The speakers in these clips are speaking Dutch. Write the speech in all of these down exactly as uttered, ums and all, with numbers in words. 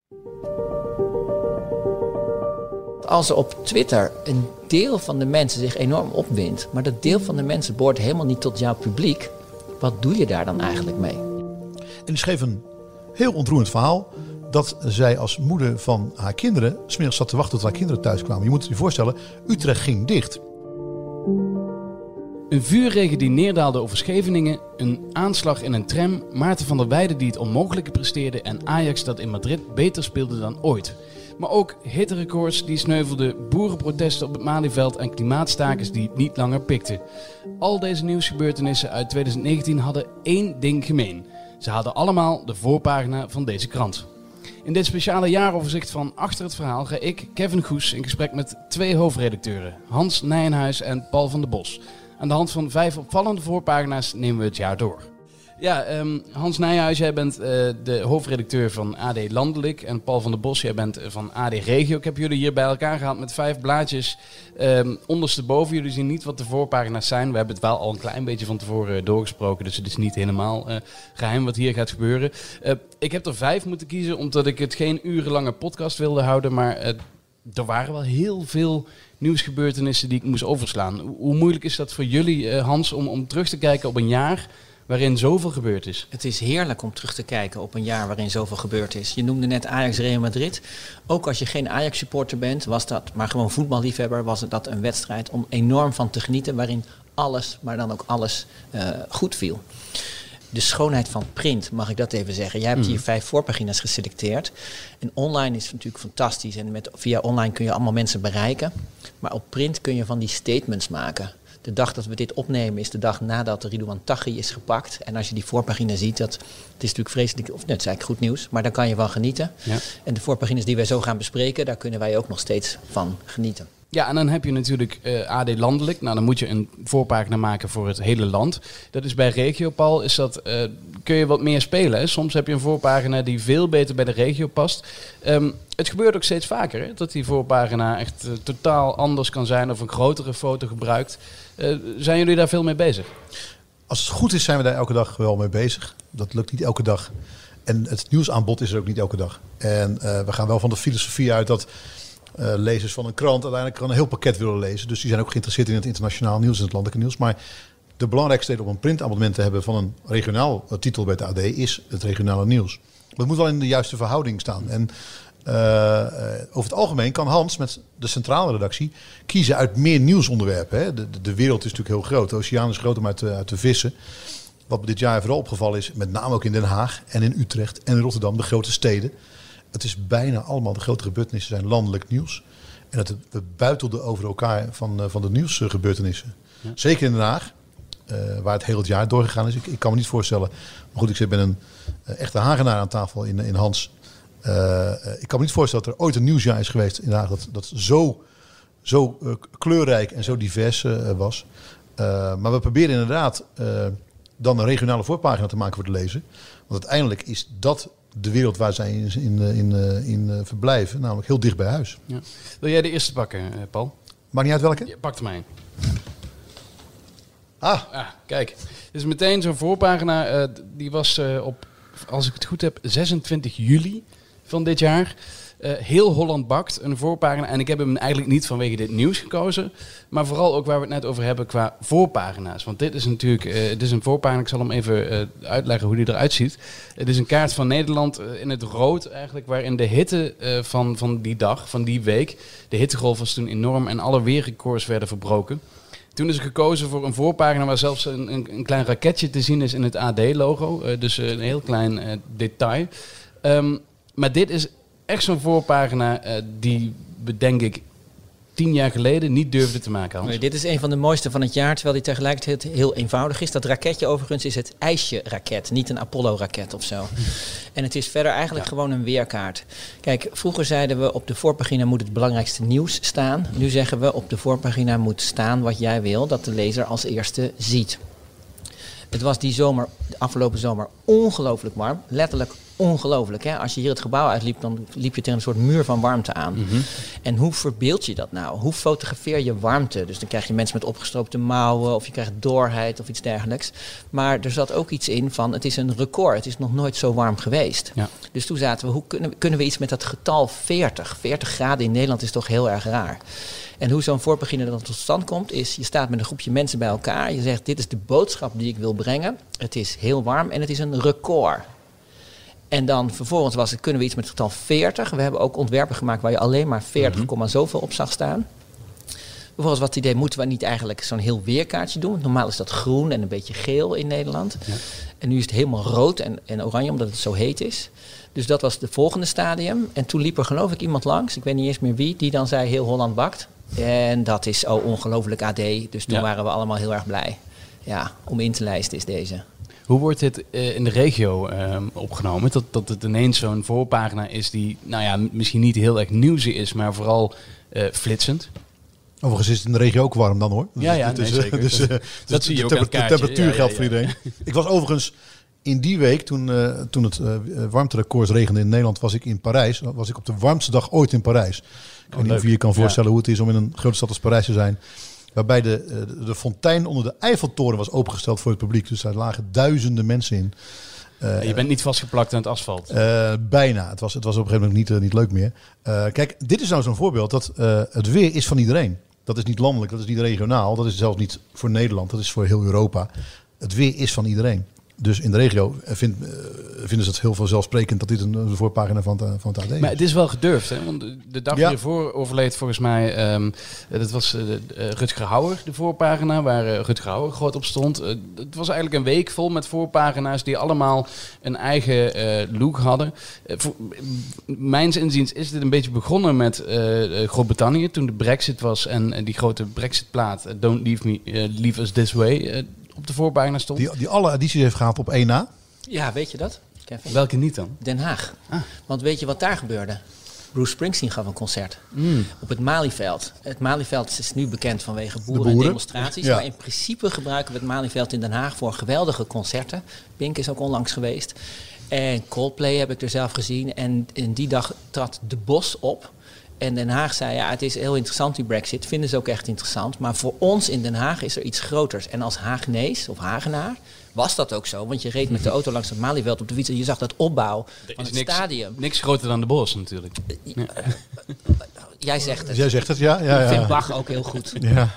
Als er op Twitter een deel van de mensen zich enorm opwindt, maar dat deel van de mensen behoort helemaal niet tot jouw publiek, wat doe je daar dan eigenlijk mee? En die schreef een heel ontroerend verhaal dat zij als moeder van haar kinderen 's middags zat te wachten tot haar kinderen thuis kwamen. Je moet je voorstellen, Utrecht ging dicht. Een vuurregen die neerdaalde over Scheveningen, een aanslag in een tram, Maarten van der Weijden die het onmogelijke presteerde en Ajax dat in Madrid beter speelde dan ooit. Maar ook hitterecords die sneuvelden, boerenprotesten op het Malieveld en klimaatstakers die het niet langer pikten. Al deze nieuwsgebeurtenissen uit twintig negentien hadden één ding gemeen. Ze hadden allemaal de voorpagina van deze krant. In dit speciale jaaroverzicht van Achter het Verhaal ga ik, Kevin Goes, in gesprek met twee hoofdredacteuren, Hans Nijenhuis en Paul van der Bos. Aan de hand van vijf opvallende voorpagina's nemen we het jaar door. Ja, um, Hans Nijhuis, jij bent uh, de hoofdredacteur van A D Landelijk. En Paul van der Bos, jij bent van A D Regio. Ik heb jullie hier bij elkaar gehaald met vijf blaadjes um, ondersteboven. Jullie zien niet wat de voorpagina's zijn. We hebben het wel al een klein beetje van tevoren doorgesproken. Dus het is niet helemaal uh, geheim wat hier gaat gebeuren. Uh, ik heb er vijf moeten kiezen omdat ik het geen urenlange podcast wilde houden. Maar uh, er waren wel heel veel nieuwsgebeurtenissen die ik moest overslaan. Hoe moeilijk is dat voor jullie, uh, Hans, om, om terug te kijken op een jaar waarin zoveel gebeurd is? Het is heerlijk om terug te kijken op een jaar waarin zoveel gebeurd is. Je noemde net Ajax Real Madrid. Ook als je geen Ajax supporter bent, was dat, maar gewoon voetballiefhebber, was dat een wedstrijd om enorm van te genieten, waarin alles, maar dan ook alles uh, goed viel. De schoonheid van print, mag ik dat even zeggen. Jij hebt hier vijf voorpagina's geselecteerd. En online is het natuurlijk fantastisch. En met, via online kun je allemaal mensen bereiken. Maar op print kun je van die statements maken. De dag dat we dit opnemen is de dag nadat Ridouan Taghi is gepakt. En als je die voorpagina ziet, dat, het is natuurlijk vreselijk, of net is eigenlijk goed nieuws, maar daar kan je van genieten. Ja. En de voorpagina's die wij zo gaan bespreken, daar kunnen wij ook nog steeds van genieten. Ja, en dan heb je natuurlijk uh, A D Landelijk. Nou, dan moet je een voorpagina maken voor het hele land. Dat is bij regio, Paul, is dat, uh, kun je wat meer spelen. Hè? Soms heb je een voorpagina die veel beter bij de regio past. Um, het gebeurt ook steeds vaker, hè? Dat die voorpagina echt uh, totaal anders kan zijn of een grotere foto gebruikt. Uh, zijn jullie daar veel mee bezig? Als het goed is, zijn we daar elke dag wel mee bezig. Dat lukt niet elke dag. En het nieuwsaanbod is er ook niet elke dag. En uh, we gaan wel van de filosofie uit dat Uh, lezers van een krant uiteindelijk een heel pakket willen lezen. Dus die zijn ook geïnteresseerd in het internationaal nieuws en het landelijke nieuws. Maar de belangrijkste reden om een printabonnement te hebben van een regionaal titel bij het A D is het regionale nieuws. Dat moet wel in de juiste verhouding staan. En uh, uh, over het algemeen kan Hans met de centrale redactie kiezen uit meer nieuwsonderwerpen. Hè. De, de, de wereld is natuurlijk heel groot. De oceaan is groot om uit te, uit te vissen. Wat me dit jaar vooral opgevallen is, met name ook in Den Haag en in Utrecht en in Rotterdam, de grote steden. Het is bijna allemaal, de grote gebeurtenissen zijn landelijk nieuws. En dat we buitelden over elkaar van, van de nieuwsgebeurtenissen. Ja. Zeker in Den Haag, uh, waar het heel het jaar doorgegaan is. Ik, ik kan me niet voorstellen. Maar goed, ik zit met een uh, echte Hagenaar aan tafel in, in Hans. Uh, uh, ik kan me niet voorstellen dat er ooit een nieuwsjaar is geweest in Den Haag dat, dat zo, zo uh, kleurrijk en zo divers uh, was. Uh, maar we proberen inderdaad uh, dan een regionale voorpagina te maken voor de lezer. Want uiteindelijk is dat de wereld waar zij in, in, in, in verblijven, namelijk heel dicht bij huis. Ja. Wil jij de eerste pakken, Paul? Maakt niet uit welke? Ja, pak er maar een. Ah. ah. Kijk, dit is meteen zo'n voorpagina. Uh, die was uh, op, als ik het goed heb, zesentwintig juli van dit jaar. Uh, heel Holland bakt, een voorpagina. En ik heb hem eigenlijk niet vanwege dit nieuws gekozen. Maar vooral ook waar we het net over hebben qua voorpagina's. Want dit is natuurlijk uh, dit is een voorpagina. Ik zal hem even uh, uitleggen hoe die eruit ziet. Het is een kaart van Nederland uh, in het rood eigenlijk. Waarin de hitte uh, van, van die dag, van die week. De hittegolf was toen enorm en alle weerrecords werden verbroken. Toen is er gekozen voor een voorpagina waar zelfs een, een, een klein raketje te zien is in het A D-logo. Uh, dus uh, een heel klein uh, detail. Um, maar dit is echt zo'n voorpagina uh, die we denk ik tien jaar geleden niet durfden te maken. Nee, dit is een van de mooiste van het jaar, terwijl die tegelijkertijd heel eenvoudig is. Dat raketje overigens is het ijsje-raket, niet een Apollo-raket of zo. En het is verder eigenlijk ja. gewoon een weerkaart. Kijk, vroeger zeiden we op de voorpagina moet het belangrijkste nieuws staan. Nu zeggen we op de voorpagina moet staan wat jij wil, dat de lezer als eerste ziet. Het was die zomer, de afgelopen zomer, ongelooflijk warm. Letterlijk ongelooflijk. Hè? Als je hier het gebouw uitliep, dan liep je tegen een soort muur van warmte aan. Mm-hmm. En hoe verbeeld je dat nou? Hoe fotografeer je warmte? Dus dan krijg je mensen met opgestroopte mouwen of je krijgt doorheid of iets dergelijks. Maar er zat ook iets in van, het is een record. Het is nog nooit zo warm geweest. Ja. Dus toen zaten we, hoe kunnen, kunnen we iets met dat getal veertig? veertig graden in Nederland is toch heel erg raar. En hoe zo'n voorpagina dan tot stand komt, is je staat met een groepje mensen bij elkaar. Je zegt, dit is de boodschap die ik wil brengen. Het is heel warm en het is een record. En dan vervolgens was het, kunnen we iets met het getal veertig. We hebben ook ontwerpen gemaakt waar je alleen maar veertig, mm-hmm. zoveel op zag staan. Vervolgens wat het idee, moeten we niet eigenlijk zo'n heel weerkaartje doen? Normaal is dat groen en een beetje geel in Nederland. Ja. En nu is het helemaal rood en, en oranje, omdat het zo heet is. Dus dat was het volgende stadium. En toen liep er geloof ik iemand langs, ik weet niet eens meer wie, die dan zei heel Holland bakt. En dat is oh, ongelooflijk A D. Dus toen ja. waren we allemaal heel erg blij. Ja, om in te lijsten is deze. Hoe wordt dit uh, in de regio uh, opgenomen? Dat, dat het ineens zo'n voorpagina is die, nou ja, misschien niet heel erg nieuwsig is, maar vooral uh, flitsend. Overigens is het in de regio ook warm dan hoor. Ja, ja, dus, nee, zeker. Dus, uh, dat dus zie je ook de, aan het kaartje. De temperatuur geldt ja, ja, ja. voor iedereen. Ik was overigens in die week, toen, uh, toen het uh, warmterecords regende in Nederland, was ik in Parijs. Was ik op de warmste dag ooit in Parijs. Ik oh, weet niet of je je kan voorstellen ja. hoe het is om in een grote stad als Parijs te zijn. Waarbij de, de, de fontein onder de Eiffeltoren was opengesteld voor het publiek. Dus daar lagen duizenden mensen in. Uh, je bent niet vastgeplakt aan het asfalt? Uh, bijna. Het was, het was op een gegeven moment niet, uh, niet leuk meer. Uh, kijk, dit is nou zo'n voorbeeld dat uh, het weer is van iedereen. Dat is niet landelijk, dat is niet regionaal. Dat is zelfs niet voor Nederland, dat is voor heel Europa. Het weer is van iedereen. Dus in de regio vind, uh, vinden ze het heel vanzelfsprekend dat dit een, een voorpagina van, uh, van het A D is. Maar het is wel gedurfd, hè? Want de dag ja. hiervoor overleed volgens mij, um, dat was uh, uh, Rutger Hauer, de voorpagina, waar uh, Rutger Hauer groot op stond. Uh, het was eigenlijk een week vol met voorpagina's die allemaal een eigen uh, look hadden. Uh, voor, mijns inziens is dit een beetje begonnen met uh, Groot-Brittannië, toen de Brexit was en uh, die grote Brexit-plaat, uh, Don't Leave Me, uh, Leave Us This Way, uh, op de voorpagina stond. Die, die alle edities heeft gehad op één na? Ja, weet je dat, Kevin? Welke niet dan? Den Haag. Ah. Want weet je wat daar gebeurde? Bruce Springsteen gaf een concert mm. op het Malieveld. Het Malieveld is nu bekend vanwege boeren, boeren. en demonstraties. Ja. Maar in principe gebruiken we het Malieveld in Den Haag voor geweldige concerten. Pink is ook onlangs geweest. En Coldplay heb ik er zelf gezien. En in die dag trad De Bos op. En Den Haag zei, ja, het is heel interessant die Brexit. Vinden ze ook echt interessant. Maar voor ons in Den Haag is er iets groters. En als Haagnees of Hagenaar was dat ook zo. Want je reed met de auto langs het Malieveld op de fiets en je zag dat opbouw er van het niks, stadium. Niks groter dan De Bos natuurlijk. Uh, uh, jij zegt het. Jij zegt het, ja. ja, ja. Ik vind Bach ook heel goed. Ja.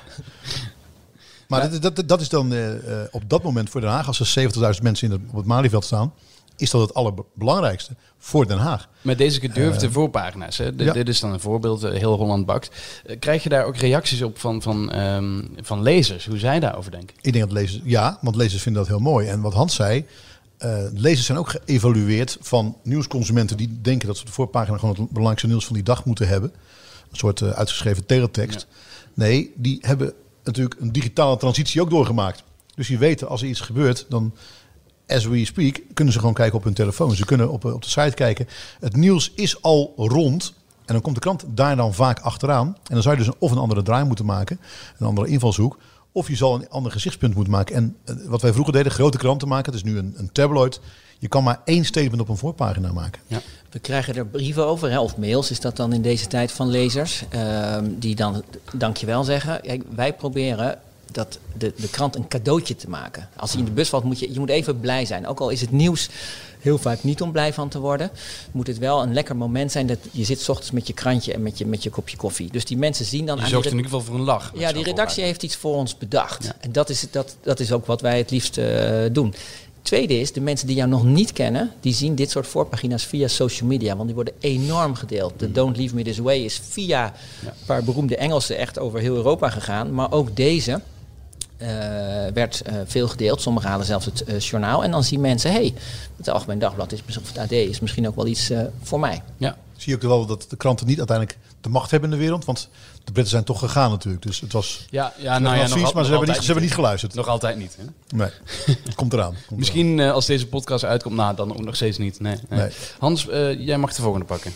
Maar dat, dat, dat is dan uh, op dat moment voor Den Haag, als er zeventigduizend mensen in het, op het Malieveld staan, is dat het allerbelangrijkste voor Den Haag. Met deze gedurfde uh, voorpagina's, hè? De, ja. Dit is dan een voorbeeld, uh, heel Holland bakt. Uh, krijg je daar ook reacties op van, van, um, van lezers, hoe zij daarover denken? Ik denk dat lezers, ja, want lezers vinden dat heel mooi. En wat Hans zei, uh, lezers zijn ook geëvalueerd van nieuwsconsumenten die denken dat ze op de voorpagina gewoon het belangrijkste nieuws van die dag moeten hebben. Een soort uh, uitgeschreven teletext. Ja. Nee, die hebben natuurlijk een digitale transitie ook doorgemaakt. Dus die weten als er iets gebeurt, dan as we speak, kunnen ze gewoon kijken op hun telefoon. Ze kunnen op, op de site kijken. Het nieuws is al rond. En dan komt de krant daar dan vaak achteraan. En dan zou je dus een, of een andere draai moeten maken. Een andere invalshoek. Of je zal een ander gezichtspunt moeten maken. En uh, wat wij vroeger deden, grote kranten maken. Het is nu een, een tabloid. Je kan maar één statement op een voorpagina maken. Ja. We krijgen er brieven over, hè, of mails is dat dan in deze tijd van lezers. Uh, die dan dankjewel zeggen. Kijk, wij proberen dat de, de krant een cadeautje te maken. Als hij in de bus valt, moet je, je moet even blij zijn. Ook al is het nieuws heel vaak niet om blij van te worden, moet het wel een lekker moment zijn dat je zit 's ochtends met je krantje en met je, met je kopje koffie. Dus die mensen zien dan... Je zorgt in ieder geval voor een lach. Ja, die redactie heeft iets voor ons bedacht. Ja. En dat is, dat, dat is ook wat wij het liefst uh, doen. Tweede is, de mensen die jou nog niet kennen, die zien dit soort voorpagina's via social media. Want die worden enorm gedeeld. De Don't Leave Me This Way is via ja. een paar beroemde Engelsen echt over heel Europa gegaan. Maar ook deze uh, werd uh, veel gedeeld. Sommigen halen zelfs het uh, journaal. En dan zien mensen, hé, hey, het Algemeen Dagblad is, of het A D is misschien ook wel iets uh, voor mij. Ja. Zie je ook wel dat de kranten niet uiteindelijk de macht hebben in de wereld? Want de Britten zijn toch gegaan natuurlijk. Dus het was ja, ja, nou ja, advies, nog, maar nog ze, hebben niet, niet, ze hebben niet geluisterd. Nog altijd niet. Hè? Nee, het komt eraan. Komt Misschien eraan. Uh, als deze podcast uitkomt, nou, dan ook nog steeds niet. Nee, nee. Nee. Hans, uh, jij mag de volgende pakken.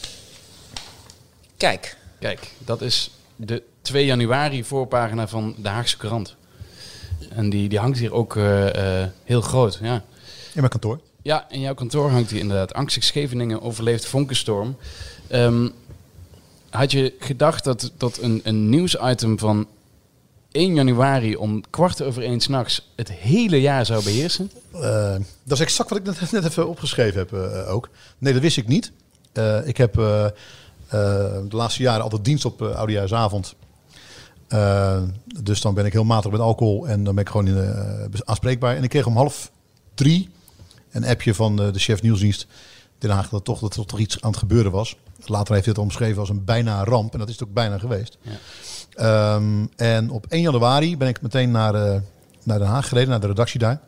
Kijk. Kijk, dat is de twee januari voorpagina van de Haagse Courant. En die, die hangt hier ook uh, uh, heel groot, ja. In mijn kantoor. Ja, in jouw kantoor hangt hier inderdaad. Angstig Scheveningen overleeft Vonkenstorm. Um, had je gedacht dat, dat een, een nieuwsitem van één januari om kwart over één 's nachts het hele jaar zou beheersen? Uh, dat is exact wat ik net, net even opgeschreven heb uh, ook. Nee, dat wist ik niet. Uh, ik heb uh, uh, de laatste jaren altijd dienst op uh, oudejaarsavond. Uh, dus dan ben ik heel matig met alcohol en dan ben ik gewoon in, uh, aanspreekbaar. En ik kreeg om half drie een appje van uh, de chef nieuwsdienst Den Haag dat toch, dat er toch iets aan het gebeuren was. Later heeft hij het omschreven als een bijna ramp en dat is het ook bijna geweest. Ja. Um, en op één januari ben ik meteen naar, uh, naar Den Haag gereden, naar de redactie daar.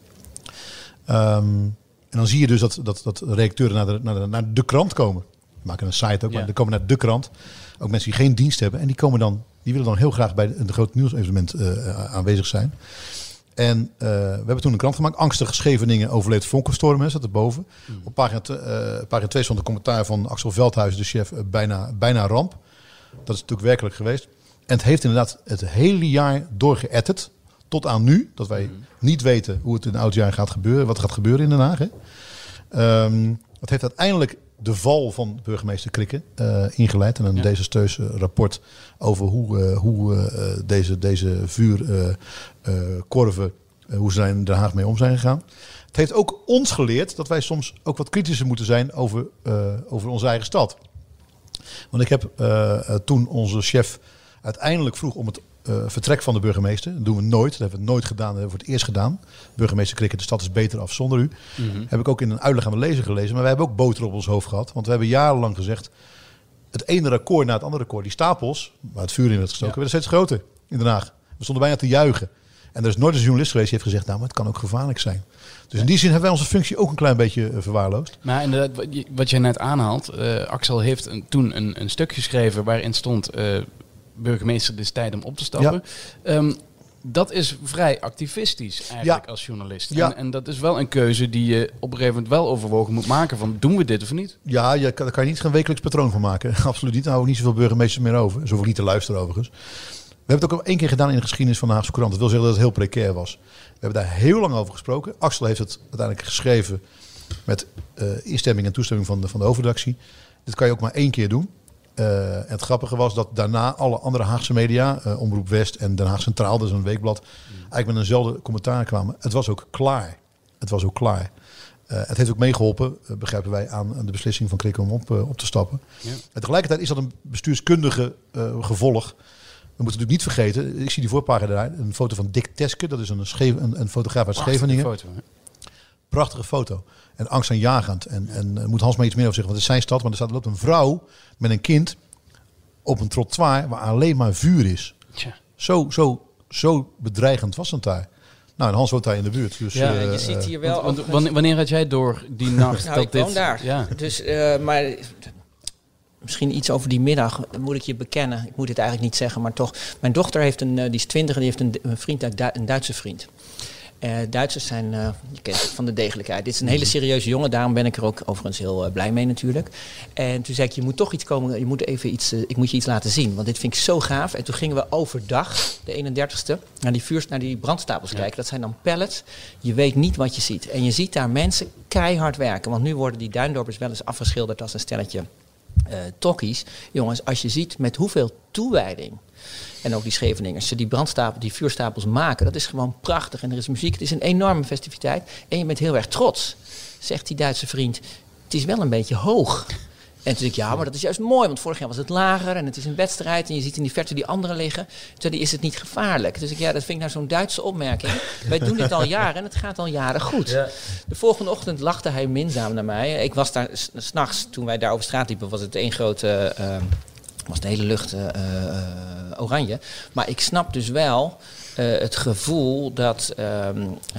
Um, en dan zie je dus dat, dat, dat redacteuren naar de, naar, de, naar de krant komen. We maken een site ook, ja. maar die komen naar de krant. Ook mensen die geen dienst hebben en die komen dan, die willen dan heel graag bij een groot nieuwsevenement uh, aanwezig zijn. En uh, we hebben toen een krant gemaakt. Angstig Scheveningen overleeft Vonkenstorm, hè, staat erboven. Mm. Op pagina, uh, pagina twee stond een commentaar van Axel Veldhuis, de chef, uh, bijna, bijna ramp. Dat is natuurlijk werkelijk geweest. En het heeft inderdaad het hele jaar doorgeëtterd. Tot aan nu, dat wij mm. niet weten hoe het in het oudjaar gaat gebeuren. Wat er gaat gebeuren in Den Haag. Hè. Um, het heeft uiteindelijk de val van burgemeester Krikke uh, ingeleid. En een ja. desastreus uh, rapport over hoe, uh, hoe uh, deze, deze vuurkorven, uh, uh, hoe ze in Den Haag mee om zijn gegaan. Het heeft ook ons geleerd dat wij soms ook wat kritischer moeten zijn over, uh, over onze eigen stad. Want ik heb uh, toen onze chef uiteindelijk vroeg om het uh, vertrek van de burgemeester. Dat doen we nooit. Dat hebben we nooit gedaan. Dat hebben we voor het eerst gedaan. Burgemeester Krikke, de stad is beter af zonder u. Mm-hmm. Heb ik ook in een uitleg aan de lezer gelezen. Maar wij hebben ook boter op ons hoofd gehad. Want we hebben jarenlang gezegd, het ene record na het andere record. Die stapels, waar het vuur in werd gestoken, ja. werden steeds groter in Den Haag. We stonden bijna te juichen. En er is nooit een journalist geweest die heeft gezegd, nou, maar het kan ook gevaarlijk zijn. Dus ja. in die zin hebben wij onze functie ook een klein beetje uh, verwaarloosd. Maar inderdaad, wat jij net aanhaalt, uh, Axel heeft een, toen een, een stuk geschreven waarin stond, Uh, burgemeester, het is tijd om op te stappen. Ja. Um, dat is vrij activistisch eigenlijk ja. als journalist. Ja. En, en dat is wel een keuze die je op een gegeven moment wel overwogen moet maken. Van, doen we dit of niet? Ja, je, daar kan je niet een wekelijks patroon van maken. Absoluut niet. Daar houden niet zoveel burgemeesters meer over. Zoveel niet te luisteren overigens. We hebben het ook al één keer gedaan in de geschiedenis van de Haagse Courant. Dat wil zeggen dat het heel precair was. We hebben daar heel lang over gesproken. Axel heeft het uiteindelijk geschreven met uh, instemming en toestemming van de, van de hoofdredactie. Dit kan je ook maar één keer doen. Uh, en het grappige was dat daarna alle andere Haagse media, uh, Omroep West en Den Haag Centraal, dat is een weekblad, mm. eigenlijk met eenzelfde commentaar kwamen. Het was ook klaar. Het was ook klaar. Uh, het heeft ook meegeholpen, uh, begrijpen wij, aan, aan de beslissing van Krikke om op, uh, op te stappen. Ja. En tegelijkertijd is dat een bestuurskundige uh, gevolg. We moeten natuurlijk niet vergeten, ik zie die voorpagina daar, een foto van Dick Teske, dat is een, Scheef, een, een fotograaf uit Prachtige Scheveningen. Foto, Prachtige foto. En angstaanjagend. En, en uh, moet Hans maar iets meer over zeggen, want het is zijn stad. Want er staat er loopt een vrouw met een kind op een trottoir waar alleen maar vuur is. Tja. Zo, zo, zo bedreigend was het daar. Nou, en Hans woont daar in de buurt. Dus, ja, uh, je ziet hier wel... Want, want, wanneer had jij door die nacht? nou, dat ik dit, woon daar. Ja. Dus, uh, maar... Misschien iets over die middag, moet ik je bekennen. Ik moet het eigenlijk niet zeggen, maar toch. Mijn dochter heeft een, uh, die is twintig en die heeft een, een vriend uit Du- een Duitse vriend. Uh, Duitsers zijn, uh, je kent het, van de degelijkheid. Dit is een hele serieuze jongen, daarom ben ik er ook overigens heel uh, blij mee natuurlijk. En toen zei ik, je moet toch iets komen, je moet even iets, uh, ik moet je iets laten zien. Want dit vind ik zo gaaf. En toen gingen we overdag, de eenendertigste, naar die, vuurs, naar die brandstapels ja. kijken. Dat zijn dan pallets. Je weet niet wat je ziet. En je ziet daar mensen keihard werken. Want nu worden die Duindorpers wel eens afgeschilderd als een stelletje uh, tokkies. Jongens, als je ziet met hoeveel toewijding... En ook die Scheveningers, ze die brandstapels, die vuurstapels maken, dat is gewoon prachtig. En er is muziek, het is een enorme festiviteit. En je bent heel erg trots, zegt die Duitse vriend. Het is wel een beetje hoog. En toen dacht ik, ja, maar dat is juist mooi, want vorig jaar was het lager en het is een wedstrijd. En je ziet in die verte die anderen liggen. Toen is het niet gevaarlijk. Dus ik, ja, dat vind ik nou zo'n Duitse opmerking. Wij doen dit al jaren en het gaat al jaren goed. Ja. De volgende ochtend lachte hij minzaam naar mij. Ik was daar, 's nachts, toen wij daar over straat liepen, was het één grote... Uh, was de hele lucht uh, uh, oranje. Maar ik snap dus wel uh, het gevoel dat uh, uh,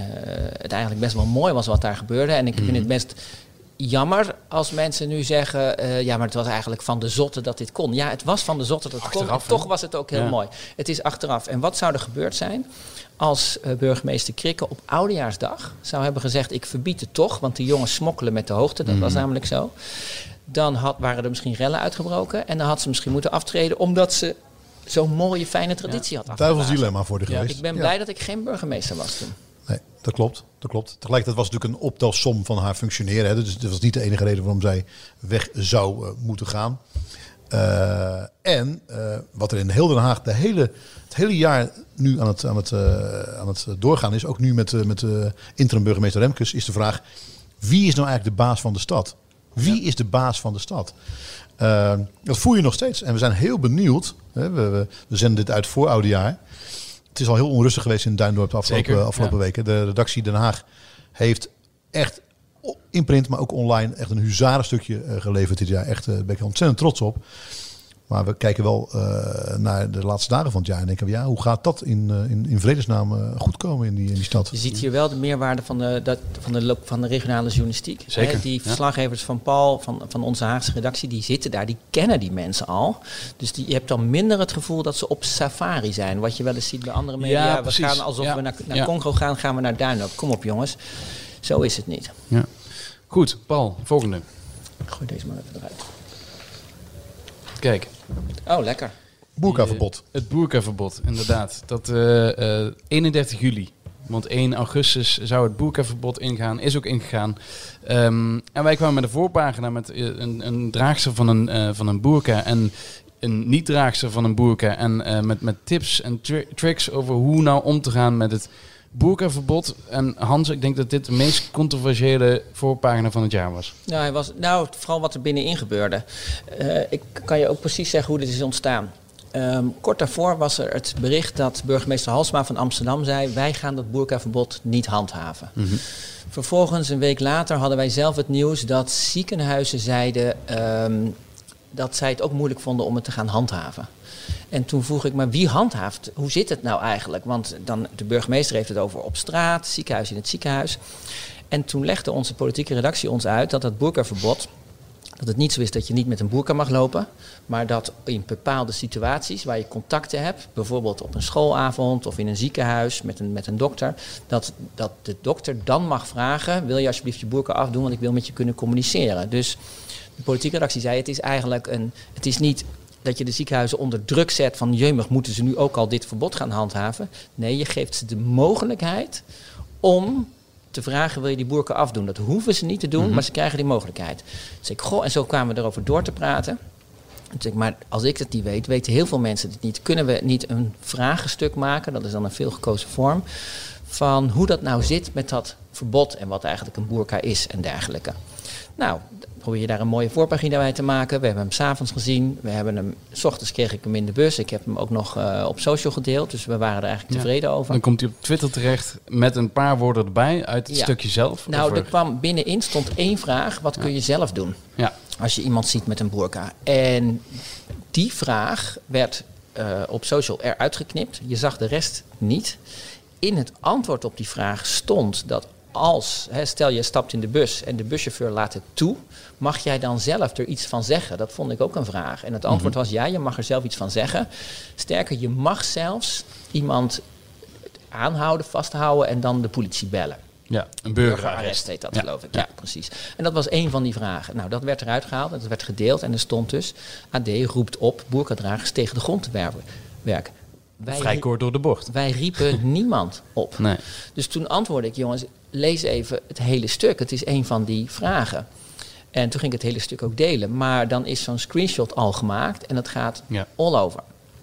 het eigenlijk best wel mooi was wat daar gebeurde. En ik mm-hmm. vind het best jammer als mensen nu zeggen... Uh, ja, maar het was eigenlijk van de zotte dat dit kon. Ja, het was van de zotte dat het kon. En toch was het ook heel ja. mooi. Het is achteraf. En wat zou er gebeurd zijn als uh, burgemeester Krikke op Oudejaarsdag zou hebben gezegd... ik verbied het toch, want die jongens smokkelen met de hoogte. Dat mm-hmm. was namelijk zo. Dan had, waren er misschien rellen uitgebroken. En dan had ze misschien moeten aftreden... omdat ze zo'n mooie, fijne traditie ja. had afgeblazen. Duivels dilemma voor de geweest. Ja. Ik ben blij ja. dat ik geen burgemeester was toen. Nee. dat klopt. Dat klopt. Tegelijkertijd was het natuurlijk een optelsom van haar functioneren. Hè. Dus dat was niet de enige reden waarom zij weg zou uh, moeten gaan. Uh, en uh, wat er in heel Den Haag de hele, het hele jaar nu aan het, aan het, uh, aan het doorgaan is, ook nu met, uh, met uh, interim burgemeester Remkes, is de vraag: wie is nou eigenlijk de baas van de stad? Wie ja. is de baas van de stad? Uh, dat voel je nog steeds. En we zijn heel benieuwd. Hè. We, we, we zenden dit uit voor Oudejaar. Het is al heel onrustig geweest in Duindorp de afgelopen, Zeker, afgelopen ja. weken. De redactie Den Haag heeft echt in print, maar ook online echt een huzarenstukje uh, geleverd dit jaar. Echt, uh, daar ben ik ontzettend trots op. Maar we kijken wel uh, naar de laatste dagen van het jaar en denken we, ja, hoe gaat dat in, uh, in, in vredesnaam uh, goed komen in die, in die stad? Je ziet hier wel de meerwaarde van de, dat, van de, van de regionale journalistiek. Zeker. Hè, die verslaggevers ja. van Paul, van, van onze Haagse redactie, die zitten daar, die kennen die mensen al. Dus die, je hebt dan minder het gevoel dat ze op safari zijn. Wat je wel eens ziet bij andere media. Ja, we precies. gaan alsof ja. we naar, naar ja. Congo gaan, gaan we naar Duindorp. Kom op jongens. Zo is het niet. Ja. Goed, Paul, volgende. Gooi deze maar even eruit. Kijk. Oh, lekker. Boerkaverbod. Die, uh, het boerkaverbod, inderdaad. Dat uh, uh, eenendertig juli. Want één augustus zou het boerkaverbod ingaan. Is ook ingegaan. Um, en wij kwamen met een voorpagina met uh, een, een draagster van een, uh, van een boerka. En een niet-draagster van een boerka. En uh, met, met tips en tri- tricks over hoe nou om te gaan met het boerkaverbod. En Hans, ik denk dat dit de meest controversiële voorpagina van het jaar was. Nou, hij was, nou vooral wat er binnenin gebeurde. Uh, ik kan je ook precies zeggen hoe dit is ontstaan. Um, kort daarvoor was er het bericht dat burgemeester Halsema van Amsterdam zei: wij gaan dat boerkaverbod niet handhaven. Mm-hmm. Vervolgens, een week later, hadden wij zelf het nieuws dat ziekenhuizen zeiden um, dat zij het ook moeilijk vonden om het te gaan handhaven. En toen vroeg ik, maar wie handhaaft? Hoe zit het nou eigenlijk? Want dan, de burgemeester heeft het over op straat, ziekenhuis in het ziekenhuis. En toen legde onze politieke redactie ons uit dat het boerkaverbod, dat het niet zo is dat je niet met een boerka mag lopen, maar dat in bepaalde situaties waar je contacten hebt, bijvoorbeeld op een schoolavond of in een ziekenhuis met een, met een dokter, dat, dat de dokter dan mag vragen: wil je alsjeblieft je boerka afdoen, want ik wil met je kunnen communiceren. Dus de politieke redactie zei: het is eigenlijk een, het is niet dat je de ziekenhuizen onder druk zet van jemig, moeten ze nu ook al dit verbod gaan handhaven. Nee, je geeft ze de mogelijkheid om te vragen: wil je die boerka afdoen? Dat hoeven ze niet te doen, mm-hmm. maar ze krijgen die mogelijkheid. Dus ik, goh, en zo kwamen we erover door te praten. En toen ik, maar als ik het niet weet, weten heel veel mensen het niet. Kunnen we niet een vragenstuk maken, dat is dan een veelgekozen vorm, van hoe dat nou zit met dat verbod en wat eigenlijk een boerka is en dergelijke. Nou, probeer je daar een mooie voorpagina bij te maken. We hebben hem 's avonds gezien. We hebben hem, 's ochtends kreeg ik hem in de bus. Ik heb hem ook nog uh, op social gedeeld. Dus we waren er eigenlijk ja. tevreden over. Dan komt hij op Twitter terecht met een paar woorden erbij uit het ja. stukje zelf. Nou, over... er kwam binnenin stond één vraag. Wat ja. kun je zelf doen ja. als je iemand ziet met een boerka? En die vraag werd uh, op social eruit geknipt. Je zag de rest niet. In het antwoord op die vraag stond dat als, hè, stel je stapt in de bus en de buschauffeur laat het toe, mag jij dan zelf er iets van zeggen? Dat vond ik ook een vraag. En het antwoord was ja, je mag er zelf iets van zeggen. Sterker, je mag zelfs iemand aanhouden, vasthouden en dan de politie bellen. Ja, een burgerarrest heet dat, ja. geloof ik. Ja, precies. En dat was één van die vragen. Nou, dat werd eruit gehaald en dat werd gedeeld en er stond dus: A D roept op boerkadragers tegen de grond te werken. Wij Vrij kort door de bocht. Wij riepen niemand op. Nee. Dus toen antwoordde ik: jongens, lees even het hele stuk. Het is een van die vragen. En toen ging ik het hele stuk ook delen. Maar dan is zo'n screenshot al gemaakt en dat gaat ja. all over.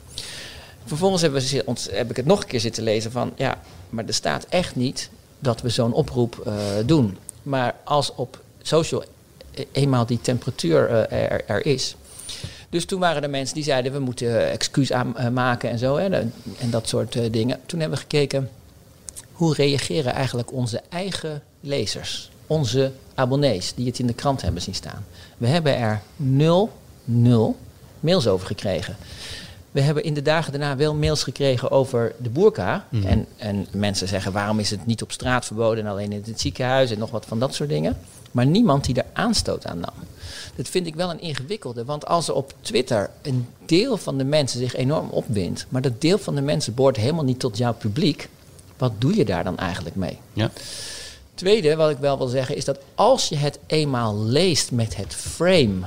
Vervolgens hebben we, heb ik het nog een keer zitten lezen van: ja, maar er staat echt niet dat we zo'n oproep uh, doen. Maar als op social eenmaal die temperatuur uh, er, er is. Dus toen waren er mensen die zeiden: we moeten excuus aanmaken en zo. Hè, en dat soort uh, dingen. Toen hebben we gekeken: hoe reageren eigenlijk onze eigen lezers, onze abonnees die het in de krant hebben zien staan? We hebben er nul, nul mails over gekregen. We hebben in de dagen daarna wel mails gekregen over de boerka. Mm. En, en mensen zeggen: waarom is het niet op straat verboden en alleen in het ziekenhuis en nog wat van dat soort dingen. Maar niemand die er aanstoot aan nam. Dat vind ik wel een ingewikkelde. Want als er op Twitter een deel van de mensen zich enorm opwindt, maar dat deel van de mensen behoort helemaal niet tot jouw publiek, wat doe je daar dan eigenlijk mee? Ja. Tweede, wat ik wel wil zeggen, is dat als je het eenmaal leest met het frame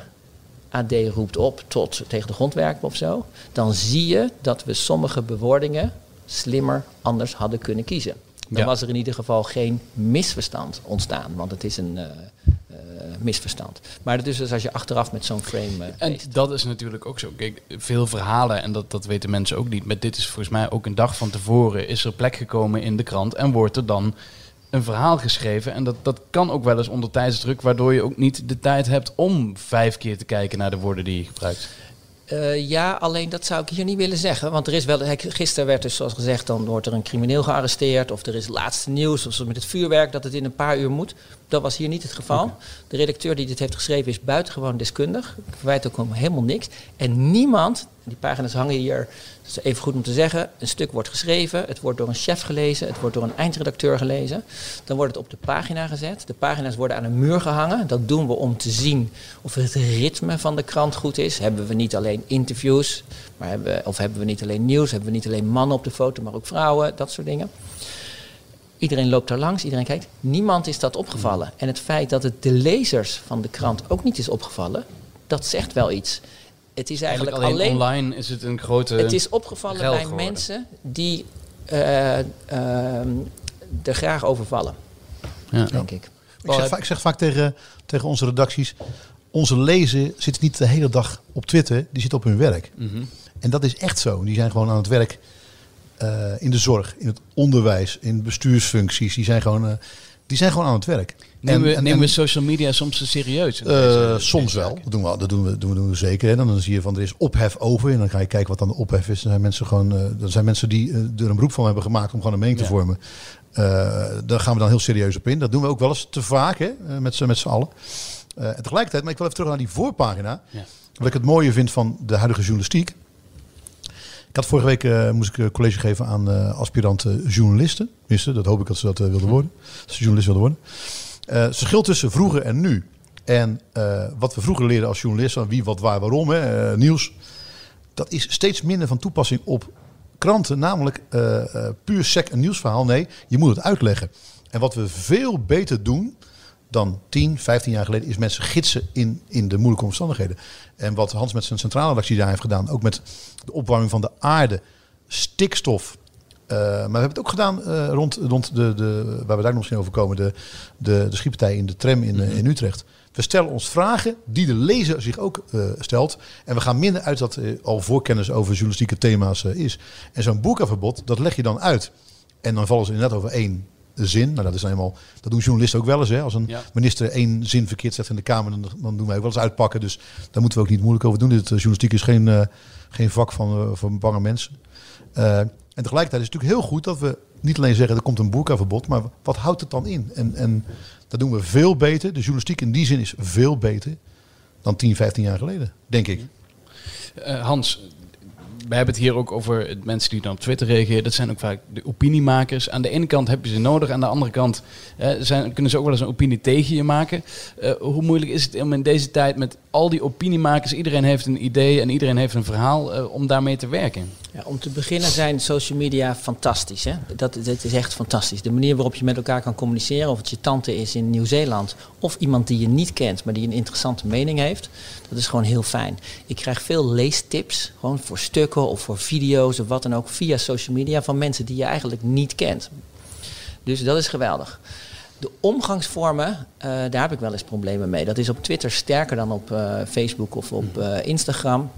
A D roept op tot tegen de grond werken of zo, dan zie je dat we sommige bewoordingen slimmer anders hadden kunnen kiezen. Dan Ja. was er in ieder geval geen misverstand ontstaan. Want het is een uh, uh, misverstand. Maar dus, dus als je achteraf met zo'n frame uh, En leest. dat is natuurlijk ook zo. Kijk, veel verhalen, en dat, dat weten mensen ook niet. Maar dit is volgens mij ook een dag van tevoren is er plek gekomen in de krant. En wordt er dan een verhaal geschreven. En dat, dat kan ook wel eens onder tijdsdruk. Waardoor je ook niet de tijd hebt om vijf keer te kijken naar de woorden die je gebruikt. Uh, ja, alleen dat zou ik hier niet willen zeggen. Want er is wel, gisteren werd dus zoals gezegd, dan wordt er een crimineel gearresteerd. Of er is laatste nieuws, of zo met het vuurwerk, dat het in een paar uur moet. Dat was hier niet het geval. Okay. De redacteur die dit heeft geschreven is buitengewoon deskundig. Ik verwijt ook helemaal niks. En niemand, die pagina's hangen hier, dat is even goed om te zeggen. Een stuk wordt geschreven, het wordt door een chef gelezen, het wordt door een eindredacteur gelezen. Dan wordt het op de pagina gezet. De pagina's worden aan een muur gehangen. Dat doen we om te zien of het ritme van de krant goed is. Hebben we niet alleen interviews, maar hebben we, of hebben we niet alleen nieuws, hebben we niet alleen mannen op de foto, maar ook vrouwen, dat soort dingen. Iedereen loopt er langs, iedereen kijkt. Niemand is dat opgevallen. En het feit dat het de lezers van de krant ook niet is opgevallen, dat zegt wel iets. Het is eigenlijk, eigenlijk alleen, alleen online is het een grote. Het is opgevallen bij geworden. mensen die uh, uh, er graag over vallen, ja. denk ja. ik. Ik zeg, ik zeg vaak tegen, tegen onze redacties, onze lezers zitten niet de hele dag op Twitter, die zitten op hun werk. Mm-hmm. En dat is echt zo. Die zijn gewoon aan het werk uh, in de zorg, in het onderwijs, in bestuursfuncties. Die zijn gewoon, uh, die zijn gewoon aan het werk. Nemen, we, en, nemen en, we social media soms te serieus? Uh, deze, soms deze wel. Dat doen we, dat doen we, doen we, doen we zeker. Hè. Dan zie je van er is ophef over. En dan ga je kijken wat dan de ophef is. Dan zijn mensen gewoon, uh, er zijn mensen die uh, er een beroep van hebben gemaakt om gewoon een mening ja. te vormen. Uh, daar gaan we dan heel serieus op in. Dat doen we ook wel eens te vaak, hè, met z'n, met z'n allen. Uh, en tegelijkertijd, maar ik wil even terug naar die voorpagina. Ja. Wat ik het mooie vind van de huidige journalistiek. Ik had vorige week uh, moest ik college geven aan uh, aspirante journalisten. Tenminste, dat hoop ik dat ze dat uh, wilden worden. Dat ze journalist wilden worden. Uh, het verschil tussen vroeger en nu. En uh, wat we vroeger leerden als journalisten, wie, wat, waar, waarom, hè, uh, nieuws. Dat is steeds minder van toepassing op kranten. Namelijk uh, uh, puur sec een nieuwsverhaal. Nee, je moet het uitleggen. En wat we veel beter doen dan tien, vijftien jaar geleden, is mensen gidsen in, in de moeilijke omstandigheden. En wat Hans met zijn centrale redactie daar heeft gedaan, ook met de opwarming van de aarde, stikstof. Uh, maar we hebben het ook gedaan uh, rond, rond de, de, waar we daar nog misschien over komen, de, de, de schietpartij in de tram in, uh, in Utrecht. We stellen ons vragen die de lezer zich ook uh, stelt. En we gaan minder uit dat uh, al voorkennis over journalistieke thema's uh, is. En zo'n boerkaverbod, dat leg je dan uit. En dan vallen ze inderdaad over één zin. Nou, dat is eenmaal, dat doen journalisten ook wel eens. Hè. Als een ja. minister één zin verkeerd zegt in de Kamer, dan, dan doen wij ook wel eens uitpakken. Dus daar moeten we ook niet moeilijk over doen. Dit, uh, journalistiek is geen, uh, geen vak van, uh, van bange mensen. Uh, en tegelijkertijd is het natuurlijk heel goed dat we niet alleen zeggen er komt een boerkaverbod, maar wat houdt het dan in? En, en dat doen we veel beter. De journalistiek in die zin is veel beter dan tien, vijftien jaar geleden, denk ik. Uh, Hans, we hebben het hier ook over mensen die dan op Twitter reageren. Dat zijn ook vaak de opiniemakers. Aan de ene kant heb je ze nodig. Aan de andere kant uh, zijn, kunnen ze ook wel eens een opinie tegen je maken. Uh, hoe moeilijk is het om in deze tijd met al die opiniemakers, iedereen heeft een idee en iedereen heeft een verhaal, uh, om daarmee te werken? Ja, om te beginnen zijn social media fantastisch. Hè? Dat, dat is echt fantastisch. De manier waarop je met elkaar kan communiceren, of het je tante is in Nieuw-Zeeland of iemand die je niet kent, maar die een interessante mening heeft, dat is gewoon heel fijn. Ik krijg veel leestips, gewoon voor stukken of voor video's of wat dan ook, via social media van mensen die je eigenlijk niet kent. Dus dat is geweldig. De omgangsvormen, uh, daar heb ik wel eens problemen mee. Dat is op Twitter sterker dan op uh, Facebook of op uh, Instagram.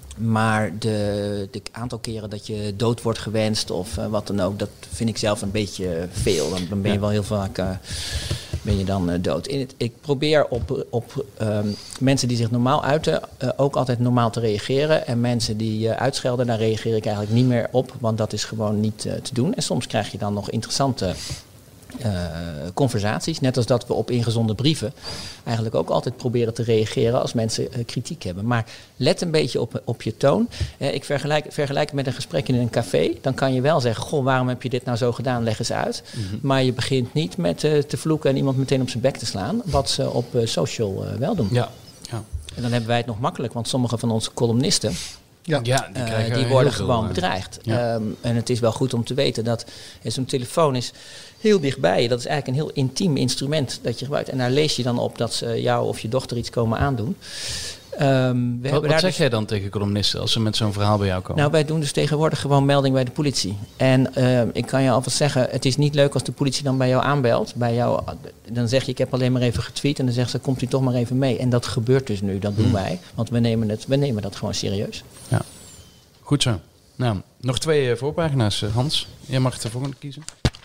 Maar de, de aantal keren dat je dood wordt gewenst of uh, wat dan ook, dat vind ik zelf een beetje veel. Dan, dan ben je ja. wel heel vaak uh, ben je dan uh, dood. In het, ik probeer op, op um, mensen die zich normaal uiten uh, ook altijd normaal te reageren. En mensen die uh, uitschelden, daar reageer ik eigenlijk niet meer op, want dat is gewoon niet uh, te doen. En soms krijg je dan nog interessante Uh, conversaties, net als dat we op ingezonden brieven eigenlijk ook altijd proberen te reageren als mensen uh, kritiek hebben. Maar let een beetje op, op je toon. Uh, ik vergelijk, vergelijk het met een gesprek in een café. Dan kan je wel zeggen, goh, waarom heb je dit nou zo gedaan? Leg eens uit. Mm-hmm. Maar je begint niet met uh, te vloeken en iemand meteen op zijn bek te slaan, wat ze op uh, social uh, wel doen. Ja. Ja. En dan hebben wij het nog makkelijk, want sommige van onze columnisten, Ja, ja, die, uh, die worden gewoon veel, bedreigd. Ja. Um, en het is wel goed om te weten dat uh, zo'n telefoon is heel dichtbij. Dat is eigenlijk een heel intiem instrument dat je gebruikt. En daar lees je dan op dat ze jou of je dochter iets komen aandoen. Um, we Wat, wat zeg dus... jij dan tegen columnisten als ze met zo'n verhaal bij jou komen? Nou, wij doen dus tegenwoordig gewoon melding bij de politie. En uh, ik kan je alvast zeggen, het is niet leuk als de politie dan bij jou aanbelt. Bij jou, dan zeg je, ik heb alleen maar even getweet. En dan zegt ze, komt u toch maar even mee. En dat gebeurt dus nu, dat doen hmm. wij. Want we nemen, het, we nemen dat gewoon serieus. Ja, goed zo. Nou, nog twee uh, voorpagina's, uh, Hans. Jij mag de volgende kiezen.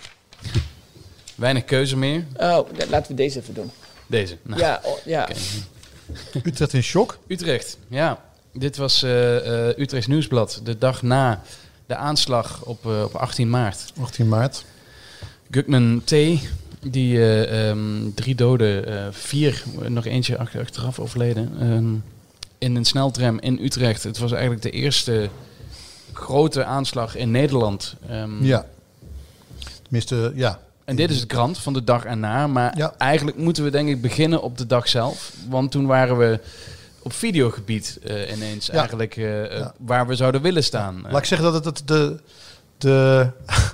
Weinig keuze meer. Oh, d- laten we deze even doen. Deze? Nou. Ja, oh, ja. Okay. Utrecht in shock? Utrecht, ja. Dit was uh, uh, Utrechts Nieuwsblad. De dag na de aanslag op, uh, op achttien maart. achttien maart. Gugman T. Die uh, um, drie doden, uh, vier, nog eentje achter, achteraf overleden. Um, in een sneltram in Utrecht. Het was eigenlijk de eerste grote aanslag in Nederland. Um, ja. Tenminste, ja. En dit is de krant van de dag erna. Maar ja. eigenlijk moeten we denk ik beginnen op de dag zelf. Want toen waren we op videogebied uh, ineens ja. eigenlijk uh, ja. waar we zouden willen staan. Laat ik zeggen dat het de, de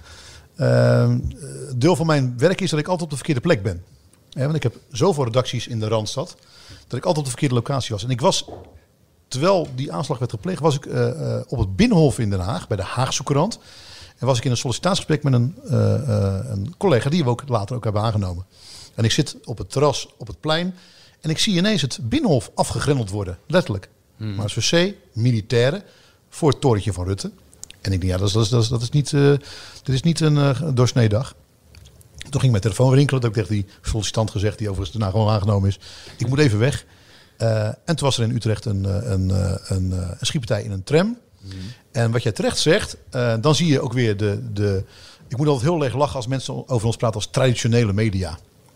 uh, deel van mijn werk is dat ik altijd op de verkeerde plek ben. Ja, want ik heb zoveel redacties in de Randstad dat ik altijd op de verkeerde locatie was. En ik was, terwijl die aanslag werd gepleegd, was ik uh, uh, op het Binnenhof in Den Haag bij de Haagse Courant. En was ik in een sollicitatiegesprek met een, uh, uh, een collega die we ook later ook hebben aangenomen. En ik zit op het terras op het plein en ik zie ineens het Binnenhof afgegrendeld worden, letterlijk. Hmm. Maar het C, militairen, voor het torentje van Rutte. En ik denk, ja, dat is, dat is, dat is, dat is niet, uh, dit is niet een uh, doorsneedag. Toen ging mijn telefoon rinkelen, dat ik tegen die sollicitant gezegd, die overigens daarna gewoon aangenomen is, ik moet even weg. Uh, en toen was er in Utrecht een, een, een, een, een schietpartij in een tram. Mm. En wat jij terecht zegt, uh, dan zie je ook weer de, de... Ik moet altijd heel erg lachen als mensen over ons praten als traditionele media.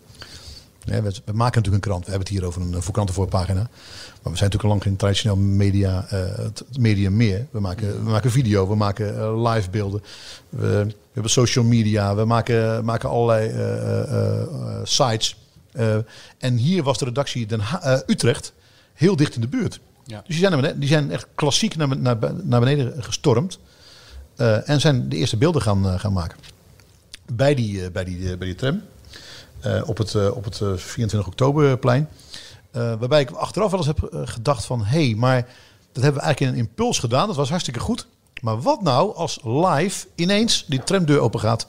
Ja, we, we maken natuurlijk een krant. We hebben het hier over een voorkrantenvoorpagina. Maar we zijn natuurlijk al lang geen traditioneel media, uh, het medium meer. We maken, we maken video, we maken uh, live beelden. We, we hebben social media, we maken, maken allerlei uh, uh, uh, sites. Uh, en hier was de redactie Den ha- uh, Utrecht heel dicht in de buurt. Ja. Dus die zijn, naar beneden, die zijn echt klassiek naar, naar, naar beneden gestormd. Uh, en zijn de eerste beelden gaan, uh, gaan maken. Bij die, uh, bij die, uh, bij die tram. Uh, op het, uh, op het uh, vierentwintig oktoberplein. Uh, waarbij ik achteraf wel eens heb uh, gedacht van... hé, hey, maar dat hebben we eigenlijk in een impuls gedaan. Dat was hartstikke goed. Maar wat nou als live ineens die tramdeur open gaat...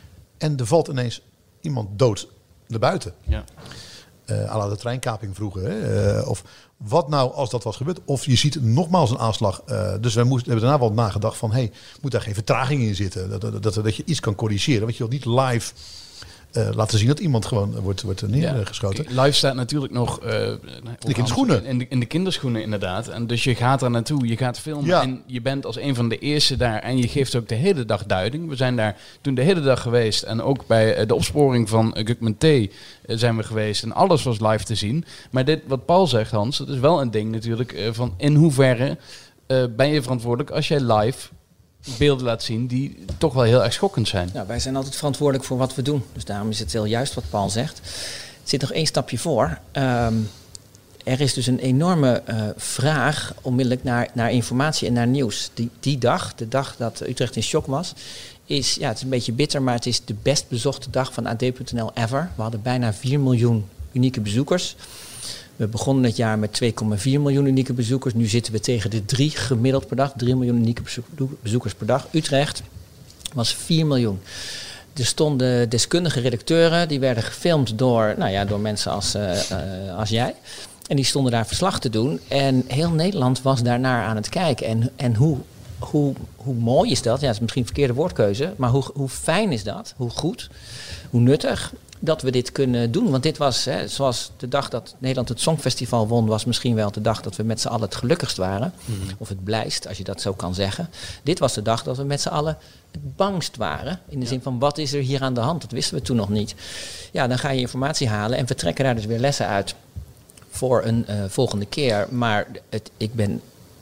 en er valt ineens iemand dood naar buiten. Ja. Uh, à la de treinkaping vroeger. Hè? Uh, of wat nou als dat was gebeurd? Of je ziet nogmaals een aanslag. Uh, dus we moesten, hebben daarna wel nagedacht van... hé, hey, moet daar geen vertraging in zitten? Dat, dat, dat, dat je iets kan corrigeren. Want je wilt niet live... Uh, laten zien dat iemand gewoon wordt, wordt neergeschoten. Ja. Live staat natuurlijk nog... Uh, de kinderschoenen. In de, in de kinderschoenen inderdaad. En dus je gaat er naartoe, je gaat filmen ja. en je bent als een van de eerste daar. En je geeft ook de hele dag duiding. We zijn daar toen de hele dag geweest. En ook bij uh, de opsporing van uh, Gugman T. Uh, zijn we geweest. En alles was live te zien. Maar dit wat Paul zegt, Hans, dat is wel een ding natuurlijk. Uh, van in hoeverre uh, ben je verantwoordelijk als jij live... beelden laat zien die toch wel heel erg schokkend zijn. Nou, wij zijn altijd verantwoordelijk voor wat we doen. Dus daarom is het heel juist wat Paul zegt. Het zit nog één stapje voor. Um, er is dus een enorme uh, vraag onmiddellijk naar, naar informatie en naar nieuws. Die, die dag, de dag dat Utrecht in shock was, is, ja, het is een beetje bitter, maar het is de best bezochte dag van A D punt N L ever. We hadden bijna vier miljoen unieke bezoekers. We begonnen het jaar met twee komma vier miljoen unieke bezoekers. Nu zitten we tegen de drie gemiddeld per dag. drie miljoen unieke bezoekers per dag. Utrecht was vier miljoen. Er stonden deskundige redacteuren. Die werden gefilmd door, nou ja, door mensen als, uh, uh, als jij. En die stonden daar verslag te doen. En heel Nederland was daarnaar aan het kijken. En, en hoe, hoe, hoe mooi is dat? Ja, dat is misschien een verkeerde woordkeuze. Maar hoe, hoe fijn is dat? Hoe goed? Hoe nuttig? Dat we dit kunnen doen. Want dit was, hè, zoals de dag dat Nederland het Songfestival won... was misschien wel de dag dat we met z'n allen het gelukkigst waren. Mm-hmm. Of het blijst, als je dat zo kan zeggen. Dit was de dag dat we met z'n allen het bangst waren. In de ja. zin van, wat is er hier aan de hand? Dat wisten we toen nog niet. Ja, dan ga je informatie halen en we trekken daar dus weer lessen uit... voor een uh, volgende keer. Maar het, ik ben,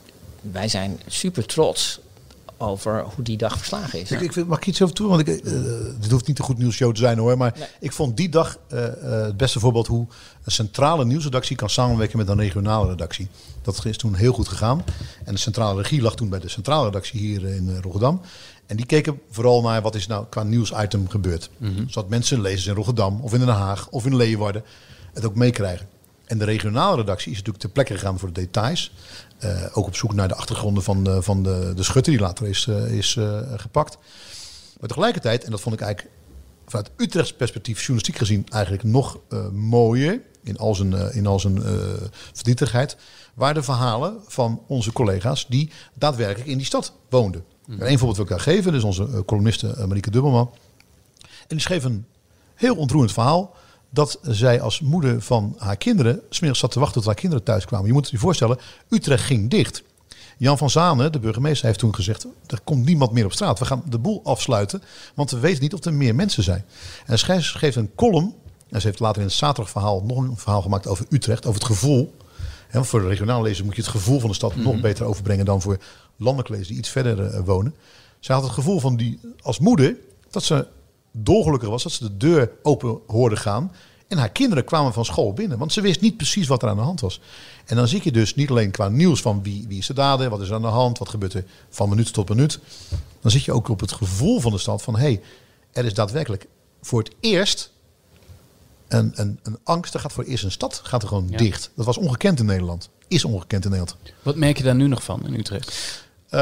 wij zijn super trots... over hoe die dag verslagen is. Ik, ik vind, mag ik iets over toe? Want ik, uh, dit hoeft niet een goed nieuwsshow te zijn hoor. Maar nee. Ik vond die dag uh, uh, het beste voorbeeld hoe een centrale nieuwsredactie kan samenwerken met een regionale redactie. Dat is toen heel goed gegaan. En de centrale regie lag toen bij de centrale redactie hier in uh, Rotterdam. En die keken vooral naar wat is nou qua nieuwsitem gebeurd. Mm-hmm. Zodat mensen, lezers in Rotterdam of in Den Haag of in Leeuwarden het ook meekrijgen. En de regionale redactie is natuurlijk ter plekke gegaan voor de details. Uh, ook op zoek naar de achtergronden van de, van de, de schutter die later is, uh, is uh, gepakt. Maar tegelijkertijd, en dat vond ik eigenlijk vanuit Utrechts perspectief journalistiek gezien eigenlijk nog uh, mooier in al zijn, uh, in al zijn uh, verdrietigheid, waren de verhalen van onze collega's die daadwerkelijk in die stad woonden. Mm. En één voorbeeld wil ik daar geven, dus onze uh, columniste uh, Marieke Dubbelman. En die schreef een heel ontroerend verhaal dat zij als moeder van haar kinderen 's middags zat te wachten tot haar kinderen thuis kwamen. Je moet je voorstellen, Utrecht ging dicht. Jan van Zanen, de burgemeester, heeft toen gezegd, er komt niemand meer op straat. We gaan de boel afsluiten, want we weten niet of er meer mensen zijn. En zij schreef een column, en ze heeft later in het zaterdagverhaal nog een verhaal gemaakt over Utrecht, over het gevoel. En voor de regionale lezers moet je het gevoel van de stad mm-hmm. nog beter overbrengen dan voor landelijke lezers die iets verder uh, wonen. Zij had het gevoel van die als moeder dat ze dolgelukkig was, dat ze de deur open hoorde gaan. En haar kinderen kwamen van school binnen. Want ze wist niet precies wat er aan de hand was. En dan zie je dus niet alleen qua nieuws van wie, wie is de dader, wat is er aan de hand, wat gebeurt er van minuut tot minuut. Dan zit je ook op het gevoel van de stad van hé, hey, er is daadwerkelijk voor het eerst een, een, een angst. Er gaat voor het eerst een stad gaat er gewoon ja. dicht. Dat was ongekend in Nederland. Is ongekend in Nederland. Wat merk je daar nu nog van in Utrecht?